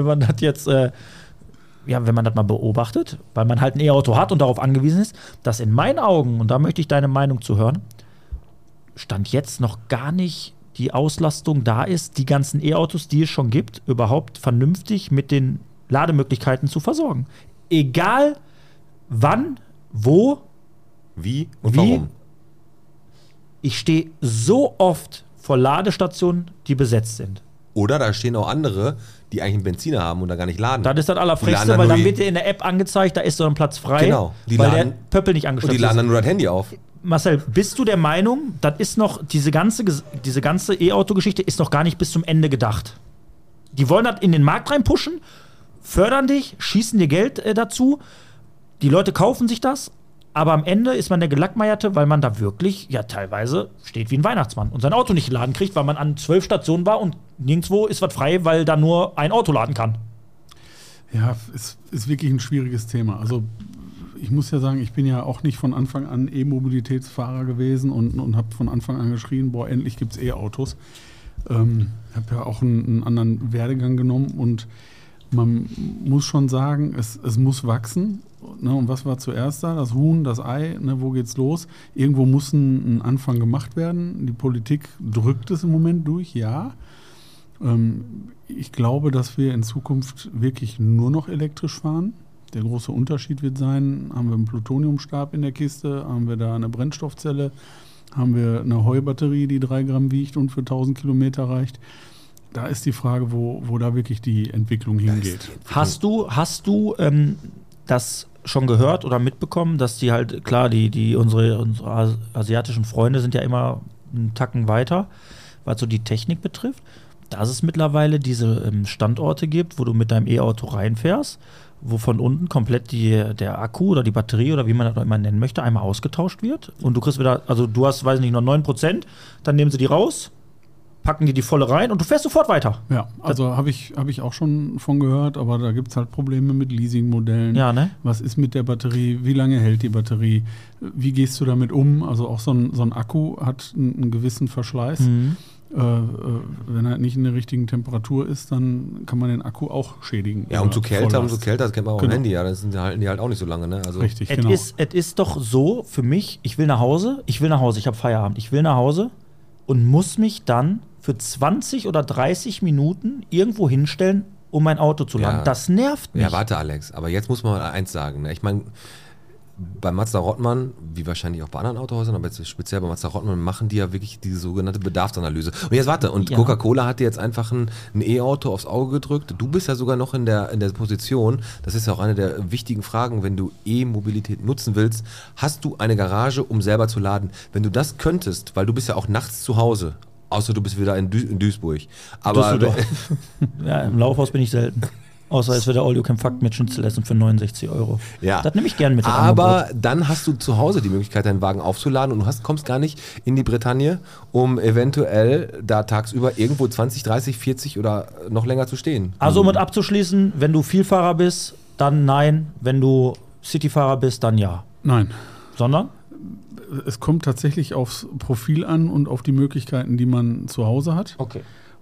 mal beobachtet, weil man halt ein E-Auto hat und darauf angewiesen ist, dass in meinen Augen, und da möchte ich deine Meinung zu hören, Stand jetzt noch gar nicht die Auslastung da ist, die ganzen E-Autos, die es schon gibt, überhaupt vernünftig mit den Lademöglichkeiten zu versorgen. Egal wann, wo, Wie und warum? Ich stehe so oft vor Ladestationen, die besetzt sind. Oder da stehen auch andere, die eigentlich einen Benziner haben und da gar nicht laden. Das ist das Die Allerfrechste, laden weil dann nur wird dir in der App angezeigt, da ist so ein Platz frei, Genau. Die weil laden- der Pöppel nicht und angeschlossen die laden ist. dann nur das Handy auf. Marcel, bist du der Meinung, das ist noch, diese ganze E-Auto-Geschichte ist noch gar nicht bis zum Ende gedacht? Die wollen das in den Markt reinpushen, fördern dich, schießen dir Geld dazu, die Leute kaufen sich das, aber am Ende ist man der Gelackmeierte, weil man da wirklich, ja teilweise, steht wie ein Weihnachtsmann und sein Auto nicht geladen kriegt, weil man an 12 Stationen war und nirgendwo ist was frei, weil da nur ein Auto laden kann. Ja, ist wirklich ein schwieriges Thema. Also ich muss ja sagen, ich bin ja auch nicht von Anfang an E-Mobilitätsfahrer gewesen und habe von Anfang an geschrien, boah, endlich gibt es E-Autos. Habe ja auch einen anderen Werdegang genommen und man muss schon sagen, es muss wachsen. Ne? Und was war zuerst da? Das Huhn, das Ei, ne? Wo geht's los? Irgendwo muss ein Anfang gemacht werden. Die Politik drückt es im Moment durch, ja. Ich glaube, dass wir in Zukunft wirklich nur noch elektrisch fahren. Der große Unterschied wird sein, haben wir einen Plutoniumstab in der Kiste, haben wir da eine Brennstoffzelle, haben wir eine Heubatterie, die 3 Gramm wiegt und für 1000 Kilometer reicht. Da ist die Frage, wo da wirklich die Entwicklung hingeht. Hast du das schon gehört oder mitbekommen, dass die halt, klar, unsere asiatischen Freunde sind ja immer einen Tacken weiter, was so die Technik betrifft, dass es mittlerweile diese Standorte gibt, wo du mit deinem E-Auto reinfährst, wo von unten komplett der Akku oder die Batterie oder wie man das auch immer nennen möchte, einmal ausgetauscht wird und du kriegst wieder, also du hast, weiß nicht, nur 9%, dann nehmen sie die raus, packen die volle rein und du fährst sofort weiter. Ja, also habe ich auch schon von gehört, aber da gibt es halt Probleme mit Leasingmodellen. Ja, ne? Was ist mit der Batterie? Wie lange hält die Batterie? Wie gehst du damit um? Also auch so ein Akku hat einen gewissen Verschleiß. Wenn er nicht in der richtigen Temperatur ist, dann kann man den Akku auch schädigen. Ja, umso kälter, Volllast. das kennt man auch Genau. im Handy, ja, das halten die halt auch nicht so lange, ne? Also Richtig, Es genau. ist doch so für mich, ich will nach Hause, ich habe Feierabend, ich will nach Hause und muss mich dann für 20 oder 30 Minuten irgendwo hinstellen, um mein Auto zu laden. Ja. Das nervt mich. Ja, warte, Alex, aber jetzt muss man mal eins sagen. Ne? Ich meine, bei Mazda Rottmann, wie wahrscheinlich auch bei anderen Autohäusern, aber jetzt speziell bei Mazda Rottmann, machen die ja wirklich diese sogenannte Bedarfsanalyse. Und jetzt warte, und Ja. Coca-Cola hat dir jetzt einfach ein E-Auto aufs Auge gedrückt. Du bist ja sogar noch in der Position, das ist ja auch eine der wichtigen Fragen, wenn du E-Mobilität nutzen willst, hast du eine Garage, um selber zu laden? Wenn du das könntest, weil du bist ja auch nachts zu Hause, außer du bist wieder in Duisburg. Aber Düsseldorf. Ja, im Laufhaus bin ich selten. Außer es wird der All-You-Can-Fuck mit Schnitzel-Essen für 69 €. Ja. Das nehme ich gern mit. das Aber Angebot. dann hast du zu Hause die Möglichkeit, deinen Wagen aufzuladen und du kommst gar nicht in die Bretagne, um eventuell da tagsüber irgendwo 20, 30, 40 oder noch länger zu stehen. Also um es abzuschließen, wenn du Vielfahrer bist, dann nein. Wenn du Cityfahrer bist, dann ja. Nein. Sondern? Es kommt tatsächlich aufs Profil an und auf die Möglichkeiten, die man zu Hause hat. Okay.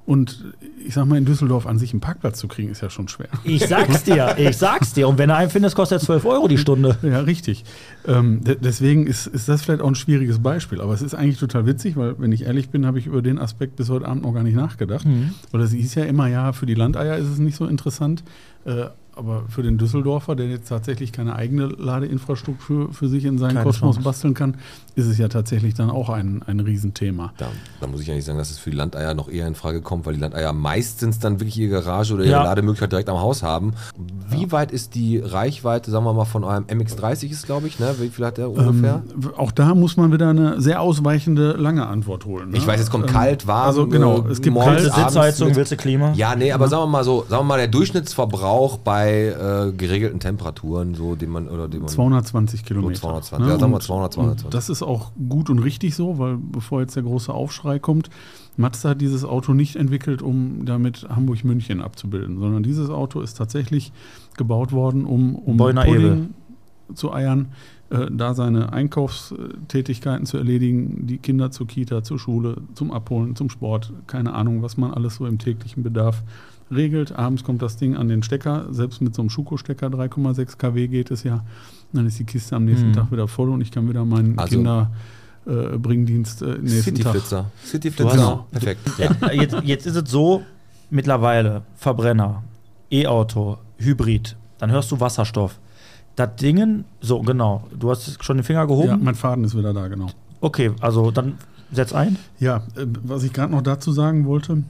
Und ich sag mal, in Düsseldorf an sich einen Parkplatz zu kriegen, ist ja schon schwer. Ich sag's dir. Und wenn du einen findest, kostet er 12 € die Stunde. Ja, richtig. Deswegen ist das vielleicht auch ein schwieriges Beispiel. Aber es ist eigentlich total witzig, weil, wenn ich ehrlich bin, habe ich über den Aspekt bis heute Abend noch gar nicht nachgedacht. Weil das hieß ja immer, ja, für die Landeier ist es nicht so interessant. Aber für den Düsseldorfer, der jetzt tatsächlich keine eigene Ladeinfrastruktur für sich in seinen Keine Kosmos Chance. basteln kann, ist es ja tatsächlich dann auch ein Riesenthema. Da muss ich ja nicht sagen, dass es für die Landeier noch eher in Frage kommt, weil die Landeier meistens dann wirklich ihre Garage oder ihre Ja. Lademöglichkeit direkt am Haus haben. Wie weit ist die Reichweite, sagen wir mal, von eurem MX-30 ist, glaube ich, ne? Wie viel hat der ungefähr? Auch da muss man wieder eine sehr ausweichende, lange Antwort holen. Ne? Ich weiß, es kommt kalt, warm. Also genau, es gibt morgens, kalte abends Sitzheizung, mit- willst du Klima? Ja, nee, aber sagen wir mal, der Durchschnittsverbrauch bei geregelten Temperaturen, so, den man 220 Kilometer. 220, ja, sagen wir Und 220. Das ist auch gut und richtig so, weil bevor jetzt der große Aufschrei kommt, Mazda hat dieses Auto nicht entwickelt, um damit Hamburg-München abzubilden, sondern dieses Auto ist tatsächlich gebaut worden, um Beuner Pudding zu eiern, da seine Einkaufstätigkeiten zu erledigen, die Kinder zur Kita, zur Schule, zum Abholen, zum Sport, keine Ahnung, was man alles so im täglichen Bedarf regelt. Abends kommt das Ding an den Stecker, selbst mit so einem Schuko-Stecker, 3,6 kW geht es ja. Dann ist die Kiste am nächsten Tag wieder voll und ich kann wieder meinen Kinderbringdienst nächsten Tag. Cityflitzer. Genau. Perfekt. Ja. Jetzt ist es so, mittlerweile Verbrenner, E-Auto, Hybrid, dann hörst du Wasserstoff. Das Dingen, so genau, du hast schon den Finger Ja, gehoben? mein Faden ist wieder da, genau. Okay, also dann setz ein. Ja, was ich gerade noch dazu sagen wollte,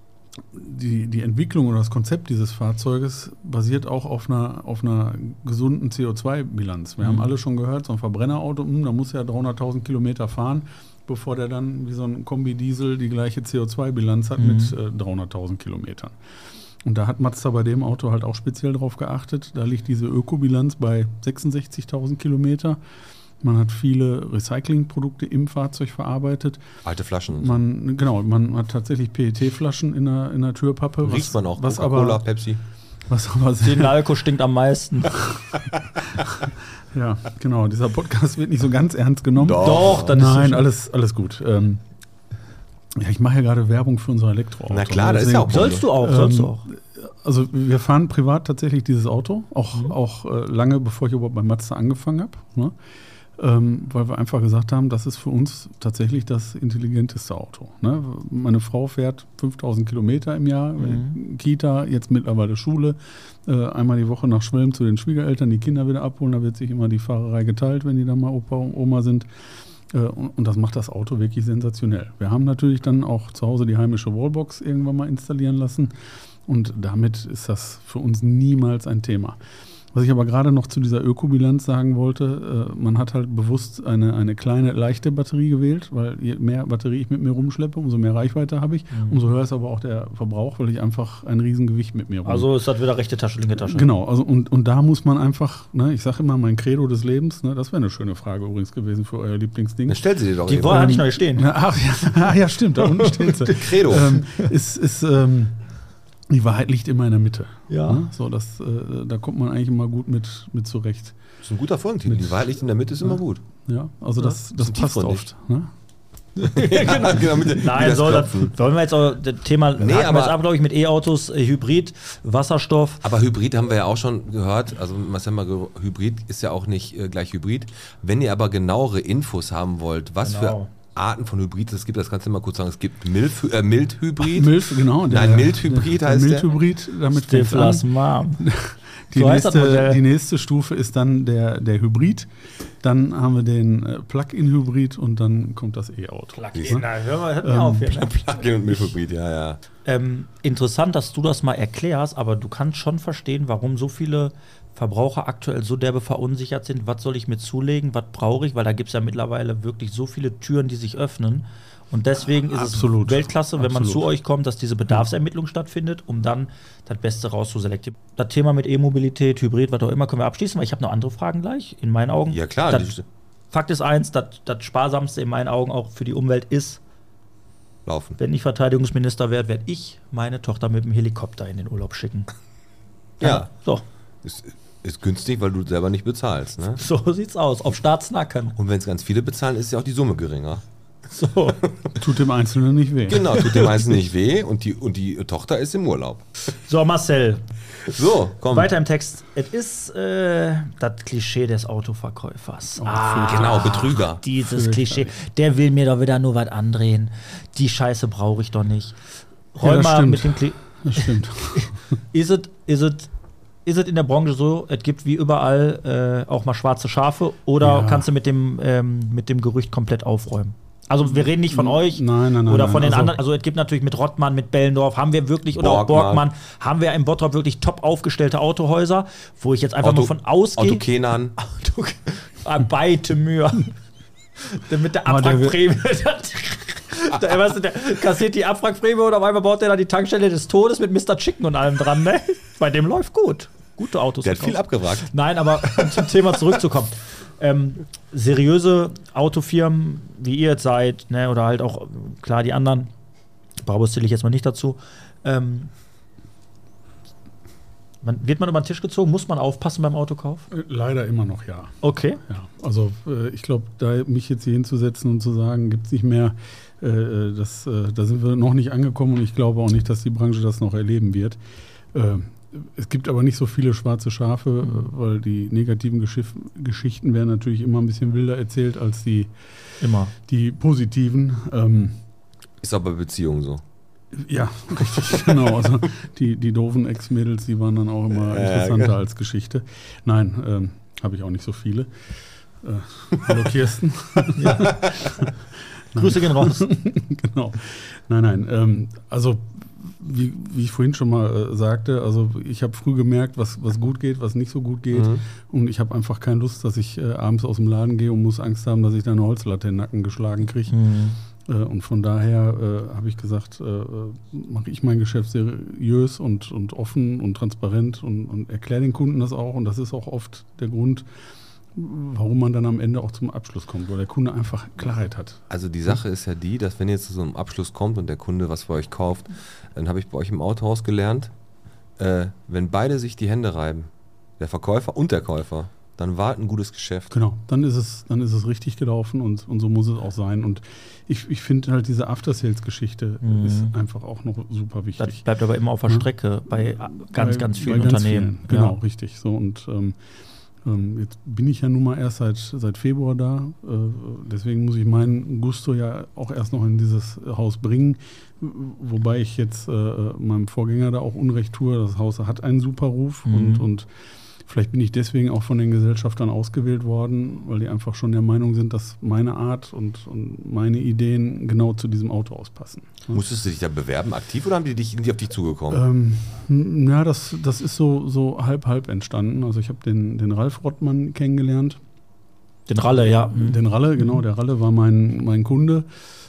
die Entwicklung oder das Konzept dieses Fahrzeuges basiert auch auf einer gesunden CO2-Bilanz. Wir haben alle schon gehört, so ein Verbrennerauto, da muss ja 300.000 Kilometer fahren, bevor der dann wie so ein Kombi-Diesel die gleiche CO2-Bilanz hat mit 300.000 Kilometern. Und da hat Mazda bei dem Auto halt auch speziell drauf geachtet. Da liegt diese Ökobilanz bei 66.000 Kilometer. Man hat viele Recyclingprodukte im Fahrzeug verarbeitet. Alte Flaschen. Man hat tatsächlich PET-Flaschen in der Türpappe. Riecht man auch. Was Coca-Cola, aber, Pepsi. was aber sehr, Den Alkohol stinkt am meisten. ja, genau. Dieser Podcast wird nicht so ganz ernst genommen. Doch, dann ist Nein, es alles gut. Ja, ich mache ja gerade Werbung für unser Elektroauto. Na klar, das ist ja auch Sollst du auch. Also wir fahren privat tatsächlich dieses Auto, auch lange bevor ich überhaupt bei Mazda angefangen habe, ne? Weil wir einfach gesagt haben, das ist für uns tatsächlich das intelligenteste Auto. Ne? Meine Frau fährt 5.000 Kilometer im Jahr, Kita, jetzt mittlerweile Schule, einmal die Woche nach Schwelm zu den Schwiegereltern, die Kinder wieder abholen, da wird sich immer die Fahrerei geteilt, wenn die dann mal Opa und Oma sind. Und das macht das Auto wirklich sensationell. Wir haben natürlich dann auch zu Hause die heimische Wallbox irgendwann mal installieren lassen und damit ist das für uns niemals ein Thema. Was ich aber gerade noch zu dieser Ökobilanz sagen wollte, man hat halt bewusst eine kleine, leichte Batterie gewählt, weil je mehr Batterie ich mit mir rumschleppe, umso mehr Reichweite habe ich, umso höher ist aber auch der Verbrauch, weil ich einfach ein Riesengewicht mit mir Also ist das wieder rechte Tasche, linke Tasche. Genau, also und da muss man einfach, ne, ich sage immer mein Credo des Lebens, ne, das wäre eine schöne Frage übrigens gewesen für euer Lieblingsding. Dann stellt sie dir doch Die eben. wollen nicht neu stehen. Ach ja, stimmt, da unten steht sie. Credo. Die Wahrheit liegt immer in der Mitte. Ja. Ne? So, da kommt man eigentlich immer gut mit zurecht. Das ist ein guter Folgentitel. Die Wahrheit liegt in der Mitte, ist immer gut. Ja, also das bisschen passt tiefgründig. oft. Ne? genau, mit Nein, sollen wir jetzt auch das Thema Nee, haken wir aber- jetzt ab, glaube ich, mit E-Autos, Hybrid, Wasserstoff. Aber Hybrid haben wir ja auch schon gehört. Also Hybrid ist ja auch nicht gleich Hybrid. Wenn ihr aber genauere Infos haben wollt, was Genau. für Arten von Hybrid es gibt, das kannst du mal kurz sagen. Es gibt Mildhybrid. Milf, genau. Mildhybrid heißt der. Mildhybrid, damit fängt's Stiflas an. Mom. Die So heißt das Modell. nächste Stufe ist dann der Hybrid. Dann haben wir den Plug-in-Hybrid und dann kommt das E-Auto. Hör mir auf hier. Ne? Plug-in und Mildhybrid, ja. Interessant, dass du das mal erklärst, aber du kannst schon verstehen, warum so viele Verbraucher aktuell so derbe verunsichert sind. Was soll ich mir zulegen? Was brauche ich? Weil da gibt es ja mittlerweile wirklich so viele Türen, die sich öffnen. Und deswegen ist Absolut. es Weltklasse, wenn man Absolut. zu euch kommt, dass diese Bedarfsermittlung stattfindet, um dann das Beste rauszuselektieren. Das Thema mit E-Mobilität, Hybrid, was auch immer, können wir abschließen, weil ich habe noch andere Fragen gleich, in meinen Augen. Ja, klar. Fakt ist eins, das Sparsamste in meinen Augen auch für die Umwelt ist, Laufen. wenn ich Verteidigungsminister werde, werde ich meine Tochter mit dem Helikopter in den Urlaub schicken. Ja. So, Ist günstig, weil du selber nicht bezahlst. Ne? so sieht's aus. Auf Staatsnacken. Und wenn es ganz viele bezahlen, ist ja auch die Summe geringer. So. Tut dem Einzelnen nicht weh. Genau, tut dem Einzelnen nicht weh und die Tochter ist im Urlaub. So, Marcel. So, komm. Weiter im Text. Es ist das Klischee des Autoverkäufers. Genau, Betrüger. Dieses Klischee. Der will mir doch wieder nur was andrehen. Die Scheiße brauche ich doch nicht. Räum mal mit dem Klischee. Das stimmt. Ist es in der Branche so, es gibt wie überall auch mal schwarze Schafe oder kannst du mit dem Gerücht komplett aufräumen? Also wir reden nicht von euch nein, oder von den anderen. Also es gibt natürlich mit Rottmann, mit Bellendorf, haben wir wirklich, oder auch Borgmann, haben wir im Bottrop wirklich top aufgestellte Autohäuser, wo ich jetzt einfach mal von ausgehe. Auto Kenan. Beide Mühen. Mit der Abwrackprämie. Der kassiert die Abwrackprämie und auf einmal baut der da die Tankstelle des Todes mit Mr. Chicken und allem dran. Ne? Bei dem läuft gut. Gute Autos. Der hat viel abgewrackt. Nein, aber um zum Thema zurückzukommen. Seriöse Autofirmen, wie ihr jetzt seid, ne, oder halt auch, klar, die anderen, Brabus zähle ich jetzt mal nicht dazu, wird man über den Tisch gezogen? Muss man aufpassen beim Autokauf? Leider immer noch, ja. Okay. Ja, also ich glaube, da mich jetzt hier hinzusetzen und zu sagen, gibt es nicht mehr, da sind wir noch nicht angekommen und ich glaube auch nicht, dass die Branche das noch erleben wird. Es gibt aber nicht so viele schwarze Schafe, weil die negativen Geschichten werden natürlich immer ein bisschen wilder erzählt als die positiven. Ist aber bei Beziehungen so. Ja, richtig, genau. Also die doofen Ex-Mädels, die waren dann auch immer interessanter als Geschichte. Nein, habe ich auch nicht so viele. Hallo Kirsten. Grüße gehen raus. Genau. Nein. Also wie ich vorhin schon mal sagte, also ich habe früh gemerkt, was gut geht, was nicht so gut geht. Und ich habe einfach keine Lust, dass ich abends aus dem Laden gehe und muss Angst haben, dass ich da eine Holzlatte in den Nacken geschlagen kriege. Und von daher habe ich gesagt, mache ich mein Geschäft seriös und offen und transparent und erkläre den Kunden das auch. Und das ist auch oft der Grund, warum man dann am Ende auch zum Abschluss kommt, weil der Kunde einfach Klarheit hat. Also die Sache ist ja die, dass wenn ihr jetzt zu so einem Abschluss kommt und der Kunde was bei euch kauft, dann habe ich bei euch im Autohaus gelernt, wenn beide sich die Hände reiben, der Verkäufer und der Käufer, dann war ein gutes Geschäft. Genau, dann ist es richtig gelaufen und so muss es auch sein. Und ich finde halt diese After-Sales-Geschichte ist einfach auch noch super wichtig. Das bleibt aber immer auf der Strecke bei ganz vielen Unternehmen. Genau, richtig. So und jetzt bin ich ja nun mal erst seit Februar da. Deswegen muss ich meinen Gusto ja auch erst noch in dieses Haus bringen. Wobei ich jetzt meinem Vorgänger da auch Unrecht tue. Das Haus hat einen super Ruf und vielleicht bin ich deswegen auch von den Gesellschaftern ausgewählt worden, weil die einfach schon der Meinung sind, dass meine Art und meine Ideen genau zu diesem Auto auspassen. Musstest du dich da bewerben aktiv oder sind die auf dich zugekommen? Ja, das ist so halb entstanden. Also ich habe den Ralf Rottmann kennengelernt. Den Ralle, ja. Den Ralle, genau. Der Ralle war mein Kunde.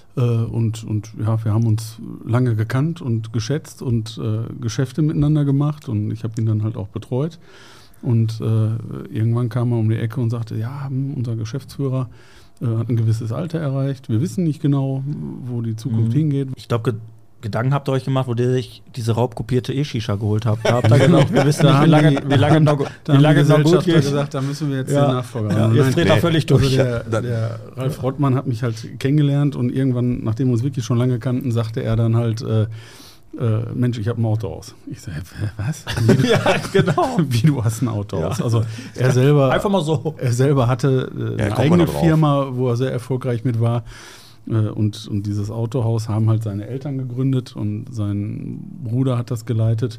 Und ja, wir haben uns lange gekannt und geschätzt und Geschäfte miteinander gemacht. Und ich habe ihn dann halt auch betreut. Und irgendwann kam er um die Ecke und sagte, ja, unser Geschäftsführer hat ein gewisses Alter erreicht. Wir wissen nicht genau, wo die Zukunft hingeht. Ich glaube, Gedanken habt ihr euch gemacht, wo ihr sich diese raubkopierte E-Shisha geholt habt. Da habt ihr gedacht, wir wissen nicht, wie lange noch gut geht. Gesagt, da müssen wir jetzt den Nachfolger haben. Jetzt dreht er völlig durch. Also der Ralf Rottmann hat mich halt kennengelernt und irgendwann, nachdem wir uns wirklich schon lange kannten, sagte er dann halt, Mensch, ich habe ein Autohaus. Ich sage, was? Ja, genau. Wie, du hast ein Autohaus? Ja. Also er selber, einfach mal so. Er selber hatte eine eigene Firma, wo er sehr erfolgreich mit war. Und dieses Autohaus haben halt seine Eltern gegründet und sein Bruder hat das geleitet.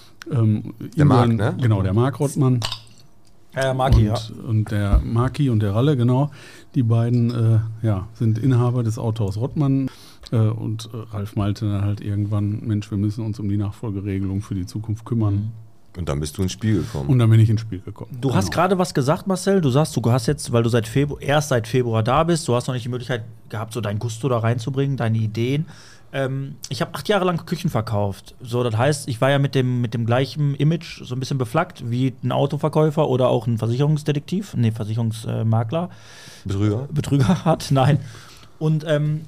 Der Marc, ne? Genau, der Marc Rottmann. Ja, Marki, und der Marki und der Ralle, genau. Die beiden sind Inhaber des Autohaus Rottmann. Und Ralf meinte dann halt irgendwann, Mensch, wir müssen uns um die Nachfolgeregelung für die Zukunft kümmern. Und dann bist du ins Spiel gekommen. Und dann bin ich ins Spiel gekommen. Du hast gerade was gesagt, Marcel. Du sagst, du hast jetzt, weil du erst seit Februar da bist, du hast noch nicht die Möglichkeit gehabt, so dein Gusto da reinzubringen, deine Ideen. Ich habe 8 Jahre lang Küchen verkauft. So, das heißt, ich war ja mit dem gleichen Image so ein bisschen beflaggt wie ein Autoverkäufer oder auch ein Versicherungsmakler. Betrüger hat, nein. Und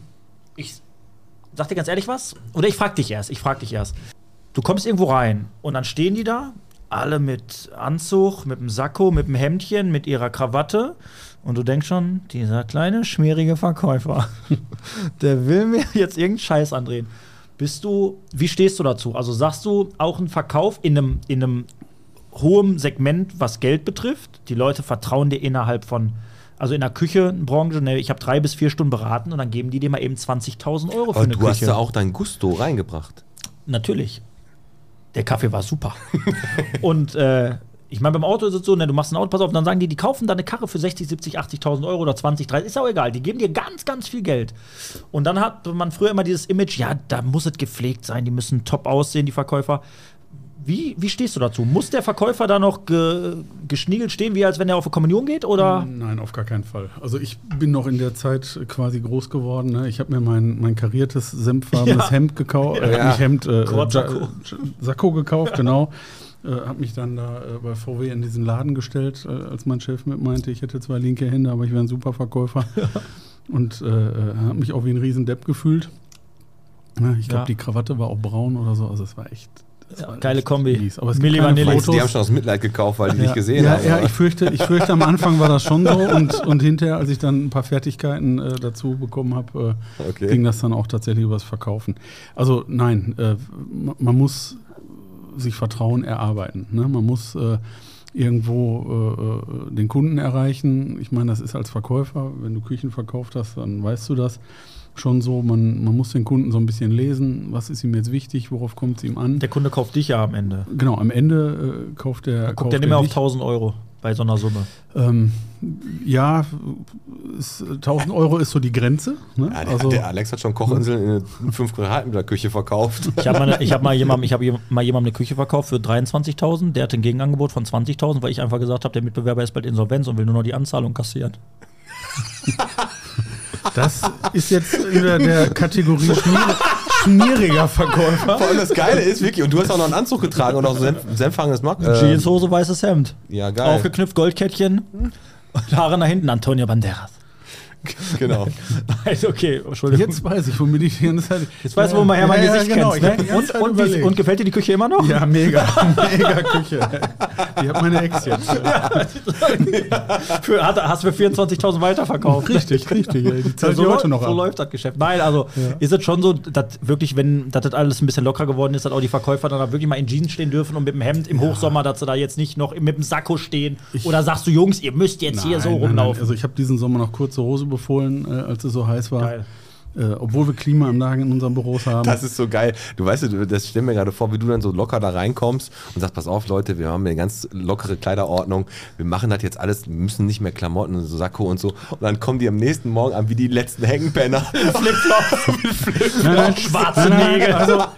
ich sag dir ganz ehrlich was, oder ich frag dich erst. Du kommst irgendwo rein und dann stehen die da, alle mit Anzug, mit dem Sakko, mit dem Hemdchen, mit ihrer Krawatte, Und du denkst schon, dieser kleine, schmierige Verkäufer, der will mir jetzt irgendeinen Scheiß andrehen. Wie stehst du dazu? Also sagst du auch ein Verkauf in einem hohen Segment, was Geld betrifft? Die Leute vertrauen dir innerhalb von, also in der Küchenbranche, ne, ich habe 3 bis 4 Stunden beraten und dann geben die dir mal eben 20.000 Euro für eine Küche. Du hast ja auch dein Gusto reingebracht. Natürlich. Der Kaffee war super. Und ich meine, beim Auto ist es so, ne, du machst ein Auto, pass auf, dann sagen die kaufen da eine Karre für 60, 70, 80.000 Euro oder 20, 30, ist auch egal. Die geben dir ganz, ganz viel Geld. Und dann hat man früher immer dieses Image, ja, da muss es gepflegt sein, die müssen top aussehen, die Verkäufer. Wie stehst du dazu? Muss der Verkäufer da noch geschniegelt stehen, wie als wenn er auf eine Kommunion geht? Oder? Nein, auf gar keinen Fall. Also ich bin noch in der Zeit quasi groß geworden. Ne? Ich habe mir mein kariertes, senffarbenes Hemd gekauft. Nicht Hemd, Sakko gekauft, genau. Habe mich dann da bei VW in diesen Laden gestellt, als mein Chef mit meinte, ich hätte 2 linke Hände, aber ich wäre ein super Verkäufer. Und habe mich auch wie ein Riesendepp gefühlt. Ja, ich glaube, die Krawatte war auch braun oder so. Also es war echt... geile Kombi. Aber es Milli Vanilli. Die haben schon aus Mitleid gekauft, weil die nicht gesehen haben. Ja, ich fürchte, am Anfang war das schon so. Und hinterher, als ich dann ein paar Fertigkeiten dazu bekommen habe, ging das dann auch tatsächlich übers Verkaufen. Also nein, man muss sich Vertrauen erarbeiten. Ne? Man muss irgendwo den Kunden erreichen. Ich meine, das ist als Verkäufer, wenn du Küchen verkauft hast, dann weißt du das schon so. Man muss den Kunden so ein bisschen lesen, was ist ihm jetzt wichtig, worauf kommt es ihm an. Der Kunde kauft dich ja am Ende. Genau, am Ende kauft er. Da guckt er nicht mehr auf 1.000 Euro bei so einer Summe. Ja, 1.000 Euro ist so die Grenze. Ne? Ja, der Alex hat schon Kochinseln in 5 Quadratmeter Küche verkauft. Ich hab mal jemandem eine Küche verkauft für 23.000. Der hat ein Gegenangebot von 20.000, weil ich einfach gesagt habe, der Mitbewerber ist bald Insolvenz und will nur noch die Anzahlung kassieren. Das ist jetzt in der Kategorie schmieriger Verkäufer. Vor allem das Geile ist wirklich, und du hast auch noch einen Anzug getragen und auch so senffangendes Mack. Jeanshose, weißes Hemd. Ja, geil. Aufgeknüpft, Goldkettchen und Haare nach hinten, Antonio Banderas. Genau. Okay, Entschuldigung. Jetzt weiß ich, womit ich die ganze Zeit... Jetzt weißt du, wo man her mein Gesicht kennst. Ne? Und gefällt dir die Küche immer noch? Ja, mega Küche. Die hat meine Ex jetzt. Hast du für 24.000 weiterverkauft. Richtig. Die zahlt die heute noch ab. So läuft das Geschäft. Nein, also ist es schon so, dass wirklich, wenn das alles ein bisschen lockerer geworden ist, dass auch die Verkäufer dann wirklich mal in Jeans stehen dürfen und mit dem Hemd im Hochsommer, dass sie da jetzt nicht noch mit dem Sakko stehen. Oder sagst du, Jungs, ihr müsst jetzt hier so rumlaufen. Nein. Also ich habe diesen Sommer noch kurze Hose befohlen, als es so heiß war. Geil. Obwohl wir Klimaanlagen in unseren Büros haben. Das ist so geil. Du weißt, das stell mir gerade vor, wie du dann so locker da reinkommst und sagst, pass auf, Leute, wir haben eine ganz lockere Kleiderordnung. Wir machen das jetzt alles, wir müssen nicht mehr Klamotten und so Sakko und so. Und dann kommen die am nächsten Morgen an wie die letzten Hängenpenner. Flipflops, schwarze Nägel.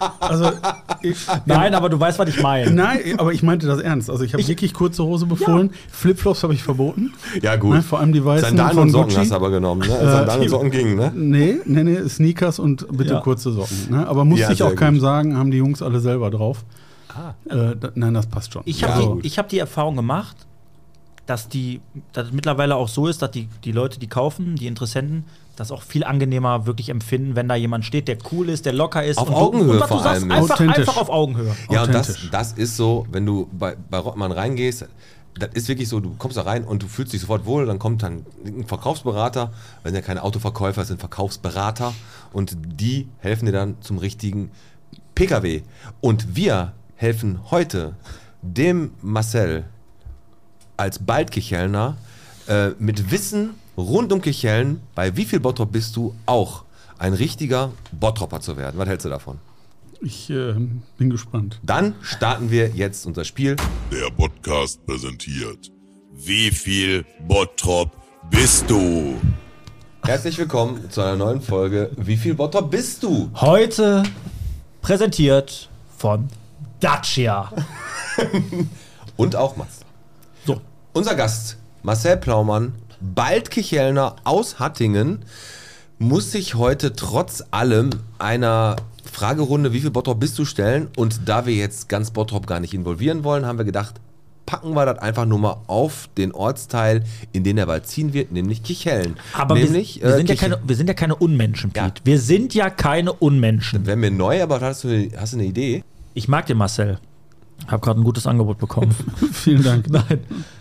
Nein, aber du weißt, was ich meine. Nein, aber ich meinte das ernst. Also ich habe wirklich kurze Hose befohlen. Ja. Flipflops habe ich verboten. Ja, gut. Ne, vor allem die weißen Sandalen von und Socken Gucci. hast du aber genommen. Ne? Sandalen und Socken gingen, ne? Nee, Sneakers und bitte kurze Socken. Ne? Aber musste ich auch keinem sagen, haben die Jungs alle selber drauf. Nein, das passt schon. Ich habe die Erfahrung gemacht, dass es mittlerweile auch so ist, dass die Leute, die kaufen, die Interessenten, das auch viel angenehmer wirklich empfinden, wenn da jemand steht, der cool ist, der locker ist. Auf Augenhöhe und vor allem. Einfach auf Augenhöhe. Ja, und das ist so, wenn du bei Rottmann reingehst, das ist wirklich so, du kommst da rein und du fühlst dich sofort wohl, dann kommt dann ein Verkaufsberater, wenn ja keine Autoverkäufer, es sind Verkaufsberater und die helfen dir dann zum richtigen PKW. Und wir helfen heute dem Marcel als Bald-Kichelner mit Wissen rund um Kicheln, bei wie viel Bottrop bist du, auch ein richtiger Bottropper zu werden. Was hältst du davon? Ich bin gespannt. Dann starten wir jetzt unser Spiel. Der Podcast präsentiert. Wie viel Bottrop bist du? Herzlich willkommen zu einer neuen Folge. Wie viel Bottrop bist du? Heute präsentiert von Dacia. Und auch Mazda. So. Unser Gast, Marcel Plaumann, Bald-Kichelner aus Hattingen, muss sich heute trotz allem einer Fragerunde, wie viel Bottrop bist du, stellen. Und da wir jetzt ganz Bottrop gar nicht involvieren wollen, haben wir gedacht, packen wir das einfach nur mal auf den Ortsteil, in den er bald ziehen wird, nämlich Kicheln. Aber wir sind ja keine Unmenschen, Piet. Ja. Wir sind ja keine Unmenschen. Dann wären wir neu, aber hast du eine Idee? Ich mag den Marcel. Hab gerade ein gutes Angebot bekommen. Vielen Dank. Nein.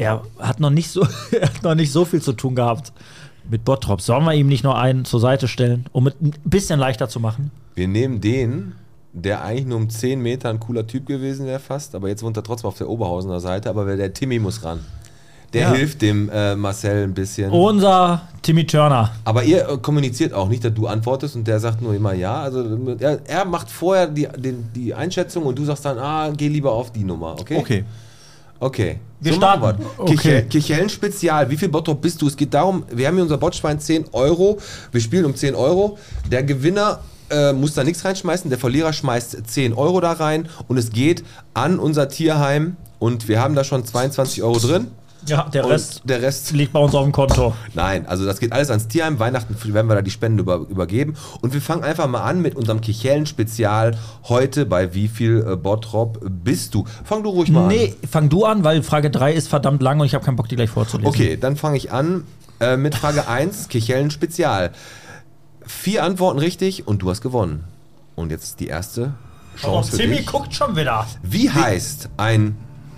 er hat noch nicht so viel zu tun gehabt mit Bottrop. Sollen wir ihm nicht noch einen zur Seite stellen, um es ein bisschen leichter zu machen? Wir nehmen den, der eigentlich nur um 10 Meter ein cooler Typ gewesen wäre fast, aber jetzt wohnt er trotzdem auf der Oberhausener Seite, aber der Timmy muss ran. Der hilft dem Marcel ein bisschen. Unser Timmy Turner. Aber ihr kommuniziert auch nicht, dass du antwortest und der sagt nur immer ja. Also er macht vorher die Einschätzung und du sagst dann, geh lieber auf die Nummer, okay? Okay. Wir starten. Okay. Kichellen Spezial. Wie viel Bottrop bist du? Es geht darum, wir haben hier unser Botschwein 10 Euro. Wir spielen um 10 Euro. Der Gewinner muss da nichts reinschmeißen. Der Verlierer schmeißt 10 Euro da rein. Und es geht an unser Tierheim. Und wir haben da schon 22 Euro drin. Ja, der Rest liegt bei uns auf dem Konto. Nein, also das geht alles ans Tierheim. Weihnachten werden wir da die Spenden übergeben. Und wir fangen einfach mal an mit unserem Kichellen-Spezial heute bei Wie viel Bottrop bist du? Fang du ruhig mal an. Nee, fang du an, weil Frage 3 ist verdammt lang und ich habe keinen Bock, die gleich vorzulesen. Okay, dann fange ich an mit Frage 1, Kichellen-Spezial. 4 Antworten richtig und du hast gewonnen. Und jetzt die erste Chance für Timmy dich. guckt schon wieder. Wie heißt ein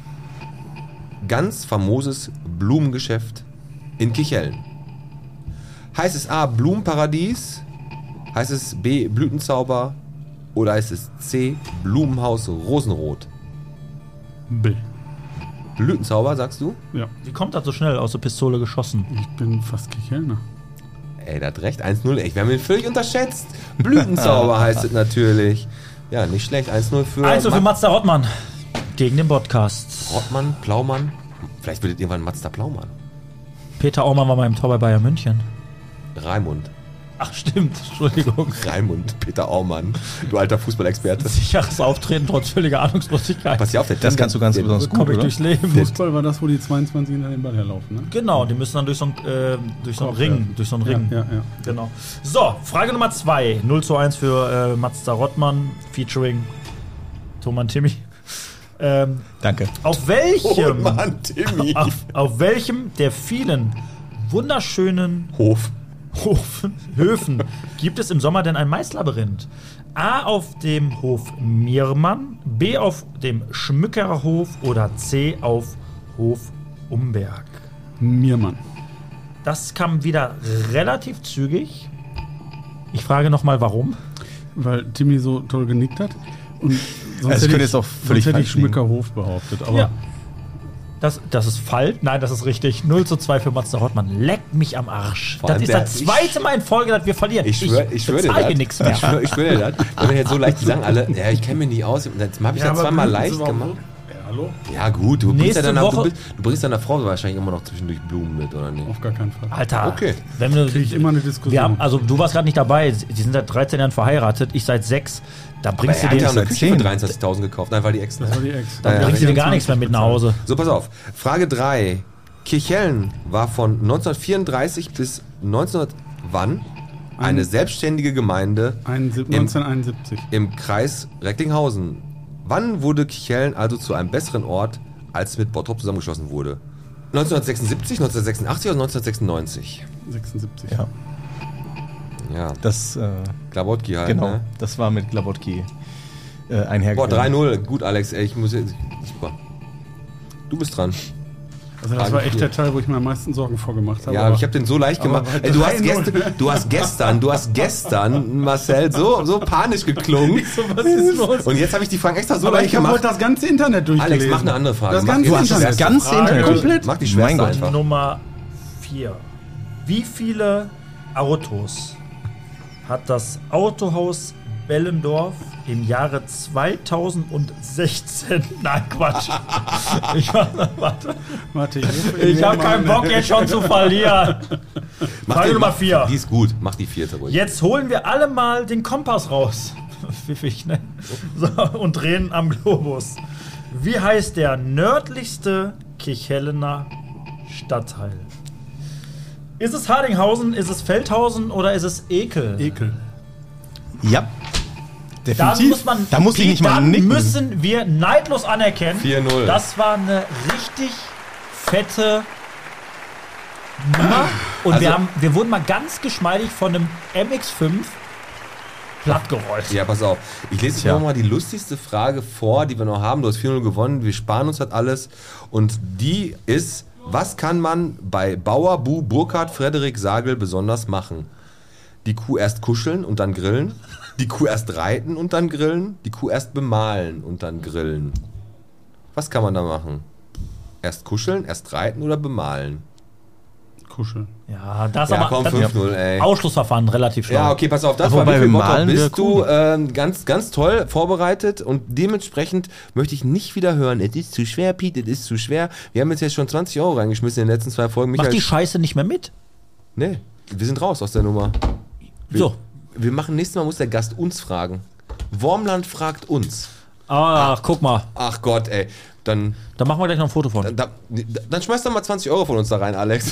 ganz famoses Blumengeschäft in Kichellen? Heißt es A, Blumenparadies? Heißt es B, Blütenzauber? Oder heißt es C, Blumenhaus Rosenrot? B. Blütenzauber, sagst du? Ja. Wie kommt das so schnell aus der Pistole geschossen? Ich bin fast Kichelner. Ey, der hat recht, 1-0. Ey, wir haben ihn völlig unterschätzt. Blütenzauber heißt es natürlich. Ja, nicht schlecht, 1-0 für... 1-0 für Mazda Rottmann gegen den Podcast. Rottmann, Plaumann. Vielleicht wird es irgendwann Mazda Plaumann. Peter Aumann war mal im Tor bei Bayern München. Raimund. Ach stimmt, Entschuldigung. Raimund, Peter Aumann. Du alter Fußballexperte. Sicheres Auftreten trotz völliger Ahnungslosigkeit. Pass auf, Das kannst du ganz besonders gut, Komm ich oder? durchs Leben. Fußball war das, wo die 22 hinter den Ball herlaufen, ne? Genau, die müssen dann durch so einen Ring. Ja. Genau. So, Frage Nummer 2. 0:1 für Mazda Rottmann, featuring Thomann Timmy. Danke. Auf welchem, Timmy. auf welchem der vielen wunderschönen Höfen gibt es im Sommer denn ein Maislabyrinth? A auf dem Hof Miermann, B auf dem Schmückerhof oder C auf Hof Umberg? Miermann. Das kam wieder relativ zügig. Ich frage nochmal, warum? Weil Timmy so toll genickt hat. Und sonst Also, hätte jetzt auch völlig hätte ich falsch liegen. Schmückerhof behauptet. Aber Ja. Das ist falsch. Nein, das ist richtig. 0:2 für Mazda Rottmann. Leck mich am Arsch. Vor Das allem ist das zweite Mal in Folge, dass wir verlieren. Ich schwöre dir bezahle das. nichts mehr. Ich schwöre dir das. Wenn jetzt so leicht, die sagen alle, ja, ich kenne mich nicht aus. Jetzt habe ich das zweimal leicht gemacht. Ja, hallo? Ja gut, du bringst, Nächste Woche- du bringst deiner Frau wahrscheinlich immer noch zwischendurch Blumen mit, oder nicht? Auf gar keinen Fall. Alter, Okay. wenn wir, Krieg ich immer eine Diskussion. wir haben, also du warst gerade nicht dabei. Die sind seit 13 Jahren verheiratet. Ich seit 6. Da bringst Er du hat dir, ja eine seit Küche für 10. 23.000 gekauft. Nein, weil die Ex. Das war die Ex. Ja, bringst du dir gar nichts mehr mit nach Hause. So, pass auf. Frage 3. Kirchhellen war von 1934 bis 1900 wann eine selbstständige Gemeinde 1971. im Kreis Recklinghausen. Wann wurde Kirchhellen also zu einem besseren Ort, als es mit Bottrop zusammengeschlossen wurde? 1976, 1986 oder 1996? 76. Ja. Ja, Das, Glabotki halt, genau, ne? das war mit Glabotki Boah, einhergegangen. 3-0. Gut, Alex, ey, ich muss jetzt... Super. Du bist dran. Also das war echt der Teil, wo ich mir am meisten Sorgen vorgemacht habe. Ja, aber ich habe den so leicht gemacht. aber Ey, du hast gestern, Marcel, so panisch geklungen. was ist los? Und jetzt habe ich die Fragen extra so Aber leicht ich habe heute gemacht. das ganze Internet durchgelesen. Alex, mach eine andere Frage. Das Mach ganze jetzt Internet. Das ganze Internet. Komplett. Mach die Mein schwerste Gott. einfach. Nummer 4. Wie viele Autos hat das Autohaus Bellendorf im Jahre 2016? Nein, Quatsch. Warte, Ich habe keinen Bock jetzt schon zu verlieren. Frage Nummer 4. Die ist gut. Mach die vierte ruhig. Jetzt holen wir alle mal den Kompass raus. Pfiffig, ne? So, und drehen am Globus. Wie heißt der nördlichste Kirchhellener Stadtteil? Ist es Hardinghausen, ist es Feldhausen oder ist es Ekel? Ekel. Ja. Da Definitiv. muss man, da muss ich nicht mal dann nicken. müssen wir neidlos anerkennen, 4-0. das war eine richtig fette Nummer. Und Also- wir wurden mal ganz geschmeidig von einem MX-5 plattgerollt. Ja, pass auf. Ich lese jetzt Tja. nochmal die lustigste Frage vor, die wir noch haben. Du hast 4-0 gewonnen. Wir sparen uns das alles. Und die ist Was kann man bei Bauer, Bu, Burkhard, Frederik, Sagel besonders machen? Die Kuh erst kuscheln und dann grillen? Die Kuh erst reiten und dann grillen? Die Kuh erst bemalen und dann grillen? Was kann man da machen? Erst kuscheln, erst reiten oder bemalen? Kuscheln. Ja, das Ja, aber komm, 5-0, ey. Ausschlussverfahren relativ schlau. Ja, okay, pass auf, das war wie viel Bottrop bist du ganz, ganz toll vorbereitet und dementsprechend möchte ich nicht wieder hören, es ist zu schwer, Pete, es ist zu schwer. Wir haben jetzt schon 20 € reingeschmissen in den letzten 2 Folgen. Mach die Scheiße nicht mehr mit? Nee, wir sind raus aus der Nummer. Wir machen nächstes Mal, muss der Gast uns fragen. Wormland fragt uns. Ach, guck mal. Ach Gott, ey. Dann machen wir gleich noch ein Foto von. Dann schmeiß doch mal 20 € von uns da rein, Alex.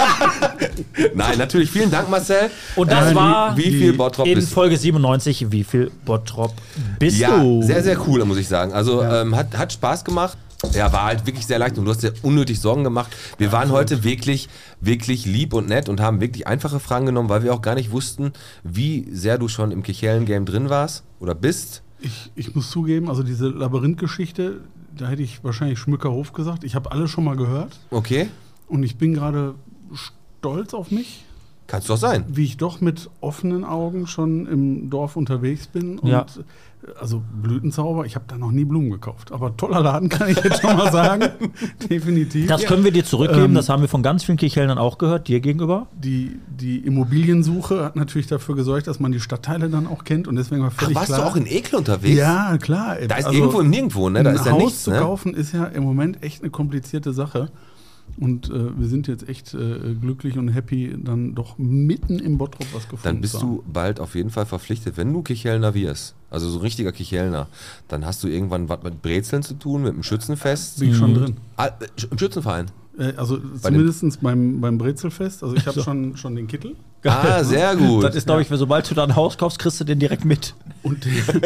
Nein, natürlich. Vielen Dank, Marcel. Und das war wie viel Bottrop in bist du? Folge 97. Wie viel Bottrop bist Ja, du? sehr, sehr cool, muss ich sagen. Also hat Spaß gemacht. Ja, war halt wirklich sehr leicht und du hast dir unnötig Sorgen gemacht. Wir waren heute wirklich, wirklich lieb und nett und haben wirklich einfache Fragen genommen, weil wir auch gar nicht wussten, wie sehr du schon im Kichellen-Game drin warst oder bist. Ich muss zugeben, also diese Labyrinth-Geschichte, da hätte ich wahrscheinlich Schmückerhof gesagt. Ich habe alle schon mal gehört. Okay. Und ich bin gerade stolz auf mich. Kannst du doch sein. Wie ich doch mit offenen Augen schon im Dorf unterwegs bin. Und also Blütenzauber, ich habe da noch nie Blumen gekauft. Aber toller Laden, kann ich jetzt schon mal sagen. Definitiv. Das können wir dir zurückgeben, das haben wir von ganz vielen Kirchhellnern auch gehört, dir gegenüber. Die Immobiliensuche hat natürlich dafür gesorgt, dass man die Stadtteile dann auch kennt. Und deswegen war völlig warst klar. du auch in Ekel unterwegs? Ja, klar. Da ist irgendwo im Nirgendwo, ne? Da ist ja Haus nichts, zu ne? kaufen ist ja im Moment echt eine komplizierte Sache. Und wir sind jetzt echt glücklich und happy, dann doch mitten im Bottrop was gefunden Dann bist zu haben. du bald auf jeden Fall verpflichtet, wenn du Kichellner wirst, also so ein richtiger Kichellner, dann hast du irgendwann was mit Brezeln zu tun, mit dem Schützenfest. Bin ich schon drin. Im Schützenverein? Also zumindest beim Brezelfest. Also ich habe schon den Kittel. Ah, sehr gut. Das ist, glaube ich, sobald du da ein Haus kaufst, kriegst du den direkt mit. Und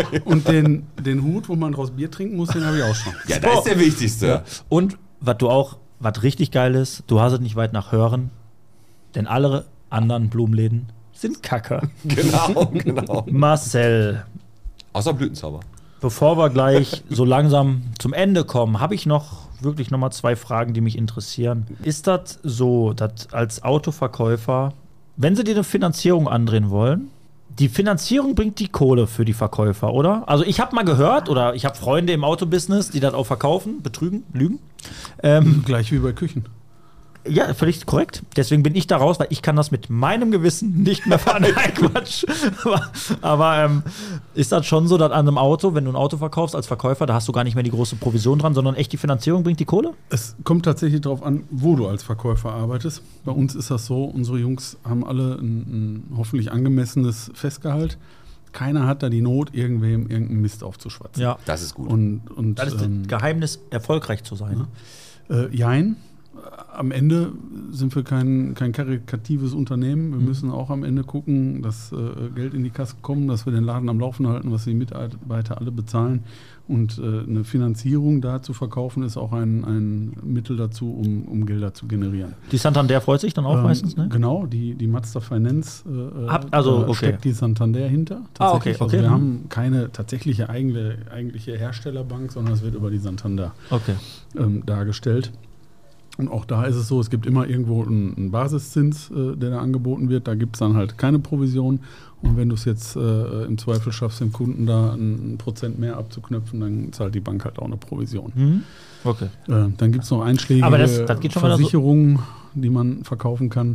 den Hut, wo man draus Bier trinken muss, den habe ich auch schon. Ja, das ist der wichtigste. Ja. Und was richtig geil ist, du hast es nicht weit nach Hören, denn alle anderen Blumenläden sind Kacke. Genau. Marcel. Außer Blütenzauber. Bevor wir gleich so langsam zum Ende kommen, habe ich wirklich noch mal 2 Fragen, die mich interessieren. Ist das so, dass als Autoverkäufer, wenn sie dir eine Finanzierung andrehen wollen, die Finanzierung bringt die Kohle für die Verkäufer, oder? Also ich habe mal gehört, oder ich habe Freunde im Autobusiness, die das auch verkaufen, betrügen, lügen. Gleich wie bei Küchen. Ja, völlig korrekt. Deswegen bin ich da raus, weil ich kann das mit meinem Gewissen nicht mehr fahren. Nein, Quatsch. Aber ist das schon so, dass an einem Auto, wenn du ein Auto verkaufst als Verkäufer, da hast du gar nicht mehr die große Provision dran, sondern echt die Finanzierung bringt die Kohle? Es kommt tatsächlich darauf an, wo du als Verkäufer arbeitest. Bei uns ist das so, unsere Jungs haben alle ein hoffentlich angemessenes Festgehalt. Keiner hat da die Not, irgendwem irgendeinen Mist aufzuschwatzen. Ja, das ist gut. Und das ist das Geheimnis, erfolgreich zu sein. Jein. Am Ende sind wir kein karikatives Unternehmen. Wir müssen auch am Ende gucken, dass Geld in die Kasse kommt, dass wir den Laden am Laufen halten, was die Mitarbeiter alle bezahlen. Und eine Finanzierung da zu verkaufen, ist auch ein Mittel dazu, um Gelder zu generieren. Die Santander freut sich dann auch meistens, ne? Genau, die Mazda Finance steckt die Santander hinter. Okay. Also wir haben keine tatsächliche eigentliche Herstellerbank, sondern es wird über die Santander dargestellt. Und auch da ist es so, es gibt immer irgendwo einen Basiszins, der da angeboten wird. Da gibt es dann halt keine Provision. Und wenn du es jetzt im Zweifel schaffst, dem Kunden da 1% mehr abzuknöpfen, dann zahlt die Bank halt auch eine Provision. Okay. Dann gibt es noch einschlägige Versicherungen, die man verkaufen kann.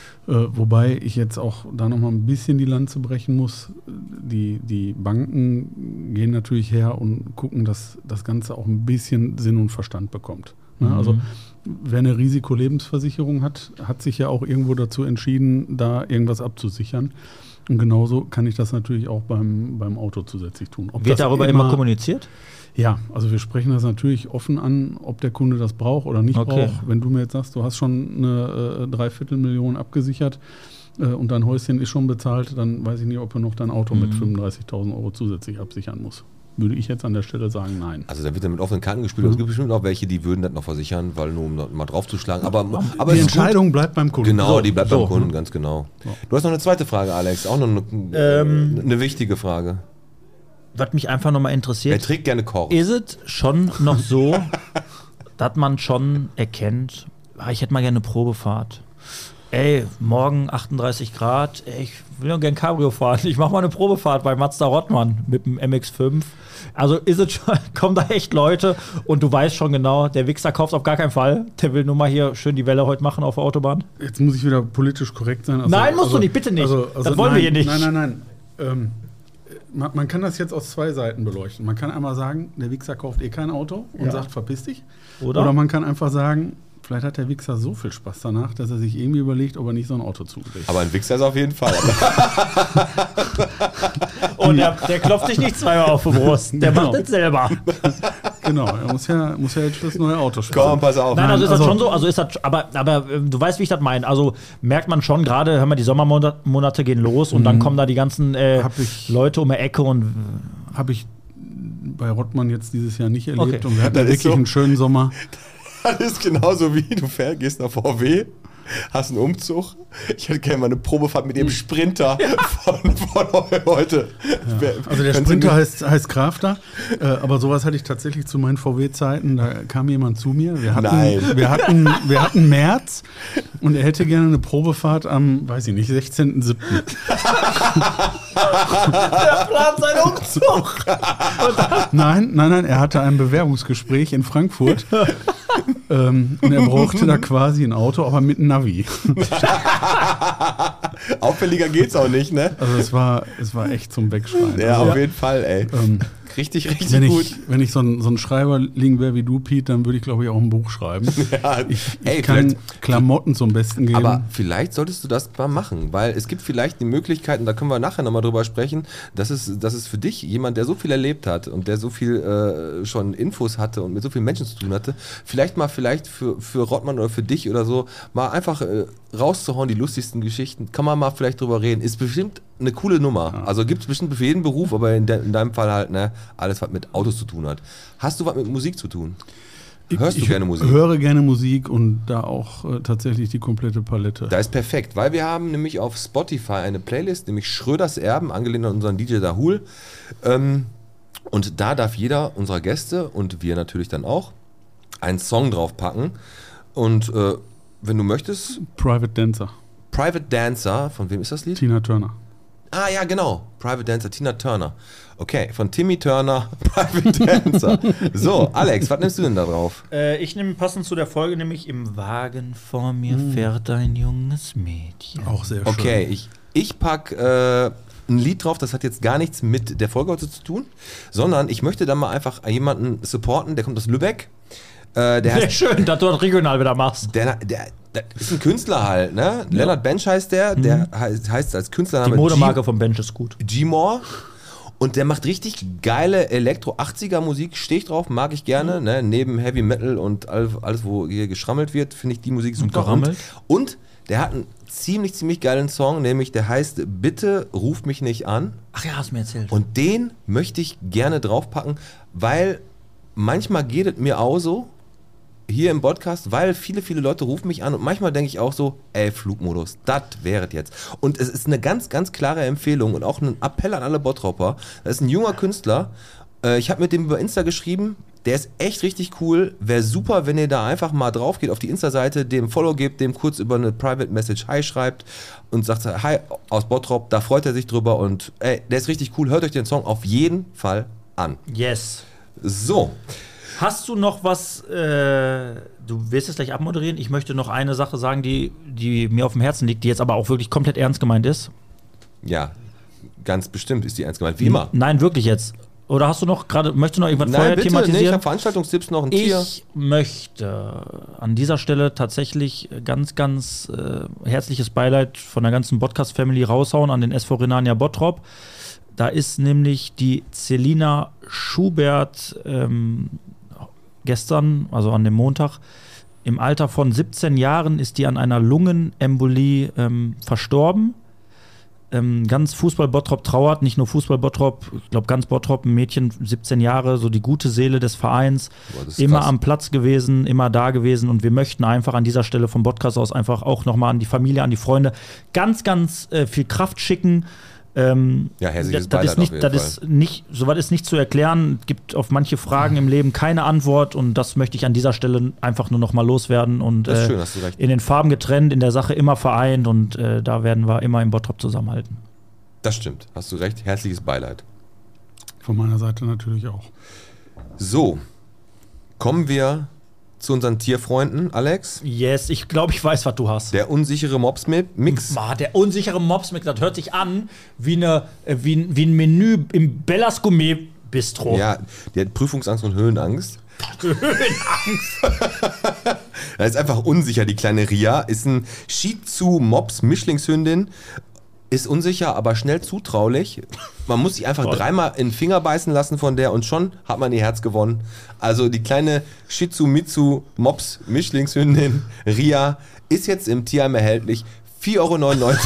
Wobei ich jetzt auch da nochmal ein bisschen die Lanze brechen muss. Die Banken gehen natürlich her und gucken, dass das Ganze auch ein bisschen Sinn und Verstand bekommt. Also wer eine Risikolebensversicherung hat, hat sich ja auch irgendwo dazu entschieden, da irgendwas abzusichern. Und genauso kann ich das natürlich auch beim Auto zusätzlich tun. Wird darüber immer kommuniziert? Ja, also wir sprechen das natürlich offen an, ob der Kunde das braucht oder nicht braucht. Wenn du mir jetzt sagst, du hast schon eine 250.000 abgesichert und dein Häuschen ist schon bezahlt, dann weiß ich nicht, ob er noch dein Auto mit 35.000 € zusätzlich absichern muss. Würde ich jetzt an der Stelle sagen, nein. Also da wird dann mit offenen Karten gespielt. Es gibt bestimmt auch welche, die würden das noch versichern, weil nur um mal draufzuschlagen. Aber die Entscheidung bleibt beim Kunden. Genau, die bleibt beim Kunden, ganz genau. So. Du hast noch eine zweite Frage, Alex. Auch noch eine wichtige Frage. Was mich einfach nochmal interessiert. Wer trägt gerne Korb? Ist es schon noch so, dass man schon erkennt, ich hätte mal gerne eine Probefahrt. Ey, morgen 38 Grad, ey, ich will doch gerne Cabrio fahren. Ich mache mal eine Probefahrt bei Mazda Rottmann mit dem MX-5. Also ist es schon, kommen da echt Leute und du weißt schon genau, der Wichser kauft auf gar keinen Fall. Der will nur mal hier schön die Welle heute machen auf der Autobahn. Jetzt muss ich wieder politisch korrekt sein. Nein, musst du nicht, bitte nicht. Das wollen wir hier nicht. Nein. Man kann das jetzt aus zwei Seiten beleuchten. Man kann einmal sagen, der Wichser kauft eh kein Auto und sagt, verpiss dich. Oder man kann einfach sagen, vielleicht hat der Wichser so viel Spaß danach, dass er sich irgendwie überlegt, ob er nicht so ein Auto zulegt. Aber ein Wichser ist auf jeden Fall. Und der klopft sich nicht zweimal auf die Brust. Der macht das selber. Genau, er muss ja jetzt das neue Auto sparen. Komm, pass auf. Nein, also ist das schon so. Also ist das, aber du weißt, wie ich das meine. Also merkt man schon gerade, hör mal, die Sommermonate gehen los und dann kommen da die ganzen Leute um die Ecke und habe ich bei Rottmann jetzt dieses Jahr nicht erlebt und wir hatten wirklich einen schönen Sommer. Das ist genauso wie du gehst nach VW, hast einen Umzug. Ich hätte gerne mal eine Probefahrt mit dem Sprinter von heute. Ja. Also der Sprinter heißt Crafter, aber sowas hatte ich tatsächlich zu meinen VW-Zeiten. Da kam jemand zu mir. Wir hatten März und er hätte gerne eine Probefahrt am, weiß ich nicht, 16.07. Der plant seinen Umzug. Nein, er hatte ein Bewerbungsgespräch in Frankfurt. Und er brauchte da quasi ein Auto, aber mit einem Navi. Auffälliger geht's auch nicht, ne? Also es war echt zum Wegschreien. Ja, also, auf jeden Fall, ey. Richtig gut. Wenn ich so ein Schreiberling wäre wie du, Pete, dann würde ich, glaube ich, auch ein Buch schreiben. Ja, ich kann Klamotten zum Besten geben. Aber vielleicht solltest du das mal machen, weil es gibt vielleicht die Möglichkeiten, da können wir nachher nochmal drüber sprechen, dass es für dich, jemand, der so viel erlebt hat und der so viel schon Infos hatte und mit so vielen Menschen zu tun hatte, vielleicht für Rottmann oder für dich oder so, mal einfach rauszuhauen, die lustigsten Geschichten, kann man mal vielleicht drüber reden. Ist bestimmt eine coole Nummer. Ja. Also gibt es bestimmt für jeden Beruf, aber in deinem Fall halt, ne, alles, was mit Autos zu tun hat. Hast du was mit Musik zu tun? Hörst du gerne Musik? Ich höre gerne Musik und da auch tatsächlich die komplette Palette. Da ist perfekt, weil wir haben nämlich auf Spotify eine Playlist, nämlich Schröders Erben, angelehnt an unseren DJ Dahul. Und da darf jeder unserer Gäste und wir natürlich dann auch einen Song draufpacken. Und wenn du möchtest... Private Dancer, von wem ist das Lied? Tina Turner. Ah ja, genau. Private Dancer, Tina Turner. Okay, von Timmy Turner, Private Dancer. So, Alex, was nimmst du denn da drauf? Ich nehme passend zu der Folge nämlich Im Wagen vor mir fährt ein junges Mädchen. Auch sehr schön. Okay, ich pack ein Lied drauf, das hat jetzt gar nichts mit der Folge heute zu tun, sondern ich möchte da mal einfach jemanden supporten, der kommt aus Lübeck. Der heißt, schön, dass du das regional wieder machst. Der ist ein Künstler halt, ne? Ja. Leonard Bench heißt der heißt als Künstlername die Modemarke von Bench ist gut. G-More. Und der macht richtig geile Elektro-80er-Musik, stehe ich drauf, mag ich gerne, ne? Neben Heavy Metal und alles, wo hier geschrammelt wird, finde ich die Musik super. Und der hat einen ziemlich geilen Song, nämlich der heißt Bitte ruf mich nicht an. Ach ja, hast du mir erzählt. Und den möchte ich gerne draufpacken, weil manchmal geht es mir auch so, hier im Podcast, weil viele Leute rufen mich an und manchmal denke ich auch so, ey, Flugmodus, das wäre jetzt. Und es ist eine ganz klare Empfehlung und auch ein Appell an alle Bottropper. Das ist ein junger Künstler. Ich habe mit dem über Insta geschrieben, der ist echt richtig cool. Wäre super, wenn ihr da einfach mal drauf geht auf die Insta-Seite, dem Follow gebt, dem kurz über eine Private Message Hi schreibt und sagt, Hi aus Bottrop, da freut er sich drüber und ey, der ist richtig cool. Hört euch den Song auf jeden Fall an. Yes. So. Hast du noch was, du wirst es gleich abmoderieren, ich möchte noch eine Sache sagen, die mir auf dem Herzen liegt, die jetzt aber auch wirklich komplett ernst gemeint ist. Ja, ganz bestimmt ist die ernst gemeint, wie immer. Nein, wirklich jetzt. Oder hast du noch gerade, möchtest du noch irgendwas vorher thematisieren? Nee, ich habe Veranstaltungstipps noch, ein Tier. Ich möchte an dieser Stelle tatsächlich ganz herzliches Beileid von der ganzen Podcast-Family raushauen an den SV Rhenania Bottrop. Da ist nämlich die Celina Schubert gestern, also an dem Montag, im Alter von 17 Jahren ist die an einer Lungenembolie verstorben. Ganz Fußball Bottrop trauert, nicht nur Fußball Bottrop, ich glaube ganz Bottrop, ein Mädchen, 17 Jahre, so die gute Seele des Vereins, immer krass. Am Platz gewesen, immer da gewesen und wir möchten einfach an dieser Stelle vom Podcast aus einfach auch nochmal an die Familie, an die Freunde ganz viel Kraft schicken. herzliches Beileid auf jeden Fall. Soweit ist nicht zu erklären. Es gibt auf manche Fragen im Leben keine Antwort und das möchte ich an dieser Stelle einfach nur noch mal loswerden. Und das ist schön, hast du recht. In den Farben getrennt, in der Sache immer vereint und da werden wir immer im Bottrop zusammenhalten. Das stimmt, hast du recht. Herzliches Beileid. Von meiner Seite natürlich auch. So, kommen wir zu unseren Tierfreunden, Alex. Yes, ich glaube, ich weiß, was du hast. Der unsichere Mops-Mix. Der unsichere Mops-Mix, das hört sich an wie ein Menü im Bellas Gourmet-Bistro. Ja, der hat Prüfungsangst und Höhenangst. Das ist einfach unsicher, die kleine Ria. Ist ein Shih Tzu Mops-Mischlingshündin. Ist unsicher, aber schnell zutraulich. Man muss sich einfach dreimal in den Finger beißen lassen von der und schon hat man ihr Herz gewonnen. Also die kleine Shih Tzu Mitsu Mops Mischlingshündin Ria ist jetzt im Tierheim erhältlich. 4,99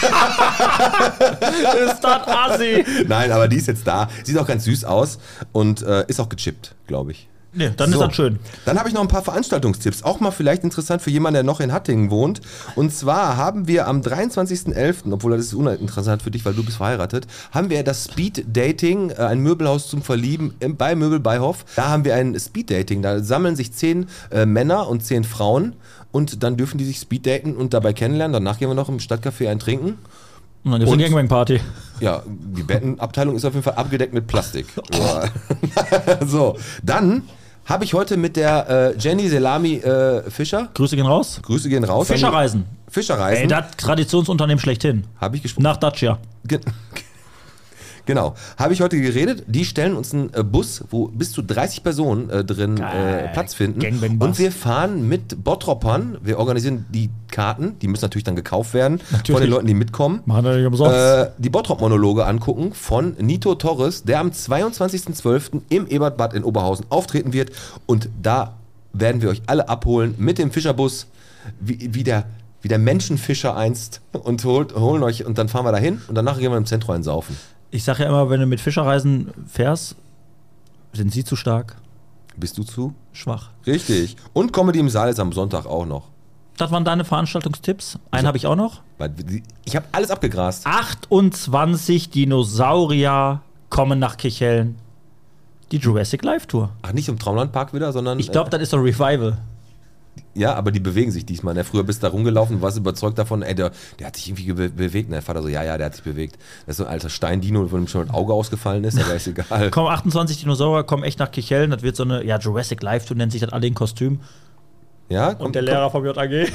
€. Ist das assi? Nein, aber die ist jetzt da. Sieht auch ganz süß aus und ist auch gechippt, glaube ich. Nee, dann ist das schön. Dann habe ich noch ein paar Veranstaltungstipps. Auch mal vielleicht interessant für jemanden, der noch in Hattingen wohnt. Und zwar haben wir am 23.11., obwohl das ist uninteressant für dich, weil du bist verheiratet, haben wir das Speed Dating, ein Möbelhaus zum Verlieben bei Möbelbeihof. Da haben wir ein Speed Dating. Da sammeln sich 10 Männer und 10 Frauen und dann dürfen die sich Speed daten und dabei kennenlernen. Danach gehen wir noch im Stadtcafé ein Trinken. Und dann gibt es eine Gangbang-Party. Ja, die Bettenabteilung ist auf jeden Fall abgedeckt mit Plastik. Ja. So, dann habe ich heute mit der Jenny Selami Fischer. Grüße gehen raus. Fischerreisen. Fischerreisen. Ey, das Traditionsunternehmen schlechthin. Habe ich gesprochen. Nach Dacia. Genau. Habe ich heute geredet. Die stellen uns einen Bus, wo bis zu 30 Personen drin Platz finden. Gangbang-Bus. Und wir fahren mit Bottropern. Wir organisieren die Karten. Die müssen natürlich dann gekauft werden von den Leuten, die mitkommen. Machen wir nicht umsonst. Die Bottrop-Monologe angucken von Nito Torres, der am 22.12. im Ebertbad in Oberhausen auftreten wird. Und da werden wir euch alle abholen mit dem Fischerbus, wie der Menschenfischer einst und holen euch und dann fahren wir dahin und danach gehen wir im Zentrum einen saufen. Ich sage ja immer, wenn du mit Fischerreisen fährst, sind sie zu stark. Bist du zu schwach. Richtig. Und Comedy im Saal ist am Sonntag auch noch. Das waren deine Veranstaltungstipps. Einen habe ich auch noch. Ich habe alles abgegrast. 28 Dinosaurier kommen nach Kirchhellen. Die Jurassic Live Tour. Ach, nicht im Traumlandpark wieder, sondern... Ich glaube, das ist ein Revival. Ja, aber die bewegen sich diesmal. Ne? Früher bist du da rumgelaufen und warst überzeugt davon, ey, der hat sich irgendwie bewegt. Der Vater so, ja, der hat sich bewegt. Das ist so ein alter Steindino, von dem schon das Auge ausgefallen ist, aber ist egal. Komm, 28 Dinosaurier kommen echt nach Kirchhellen. Das wird so eine, Jurassic Live Tour, nennt sich das alle in Kostüm. Ja, und der Lehrer vom JAG.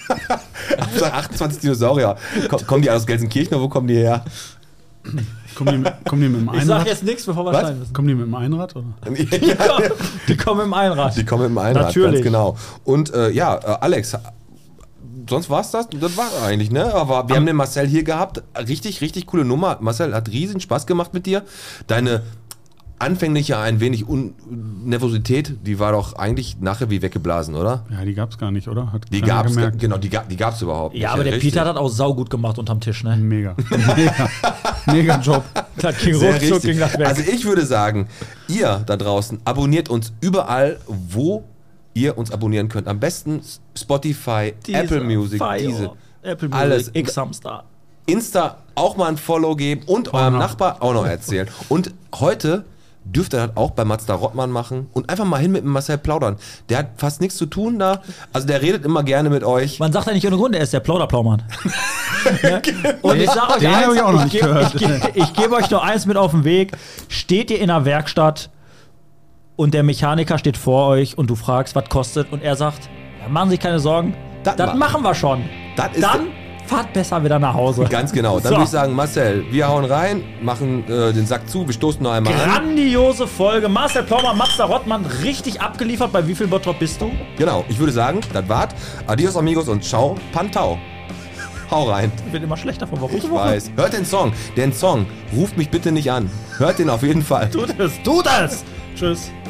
28 Dinosaurier. Kommen die aus Gelsenkirchen oder wo kommen die her? Kommen die mit dem Einrad? Ich sag jetzt nichts, bevor wir schneiden müssen. Kommen die mit dem Einrad? Oder? Die kommen im Einrad. Die kommen im Einrad, natürlich. Ganz genau. Und Alex, sonst war's das? Das war eigentlich, ne? Aber wir haben den Marcel hier gehabt. Richtig, richtig coole Nummer. Marcel, hat riesen Spaß gemacht mit dir. Deine anfängliche ein wenig Nervosität, die war doch eigentlich nachher wie weggeblasen, oder? Ja, die gab's gar nicht, oder? Die gab's überhaupt nicht. Ja, aber der Peter hat das auch saugut gemacht unterm Tisch, ne? Mega Job. Das ging ruckzuck, ging das weg. Also ich würde sagen, ihr da draußen abonniert uns überall, wo ihr uns abonnieren könnt. Am besten Spotify, Apple Music, Apple Music, alles. X-Hamster. Insta auch mal ein Follow geben und eurem Nachbar auch noch erzählen. Und heute dürft ihr das auch bei Mazda Rottmann machen und einfach mal hin mit dem Marcel plaudern. Der hat fast nichts zu tun da. Also der redet immer gerne mit euch. Man sagt ja nicht ohne Grund, er ist der Plauderplaumann. Ja? Und ich sag euch ich gebe euch nur eins mit auf den Weg. Steht ihr in einer Werkstatt und der Mechaniker steht vor euch und du fragst, was kostet und er sagt, ja, machen Sie sich keine Sorgen, das machen wir schon. Dann fahrt besser wieder nach Hause. Ganz genau. Dann würde ich sagen, Marcel, wir hauen rein, machen den Sack zu, wir stoßen noch einmal an. Grandiose Folge. Marcel Plaumann, Mazda Rottmann, richtig abgeliefert. Bei wie viel Bottrop bist du? Genau, ich würde sagen, das war's. Adios amigos und ciao, Pantau. Hau rein. Wird immer schlechter von Woche zu Ich Woche. weiß. Hört den Song. Den Song. Ruft mich bitte nicht an. Hört den auf jeden Fall. Tut es. Tschüss.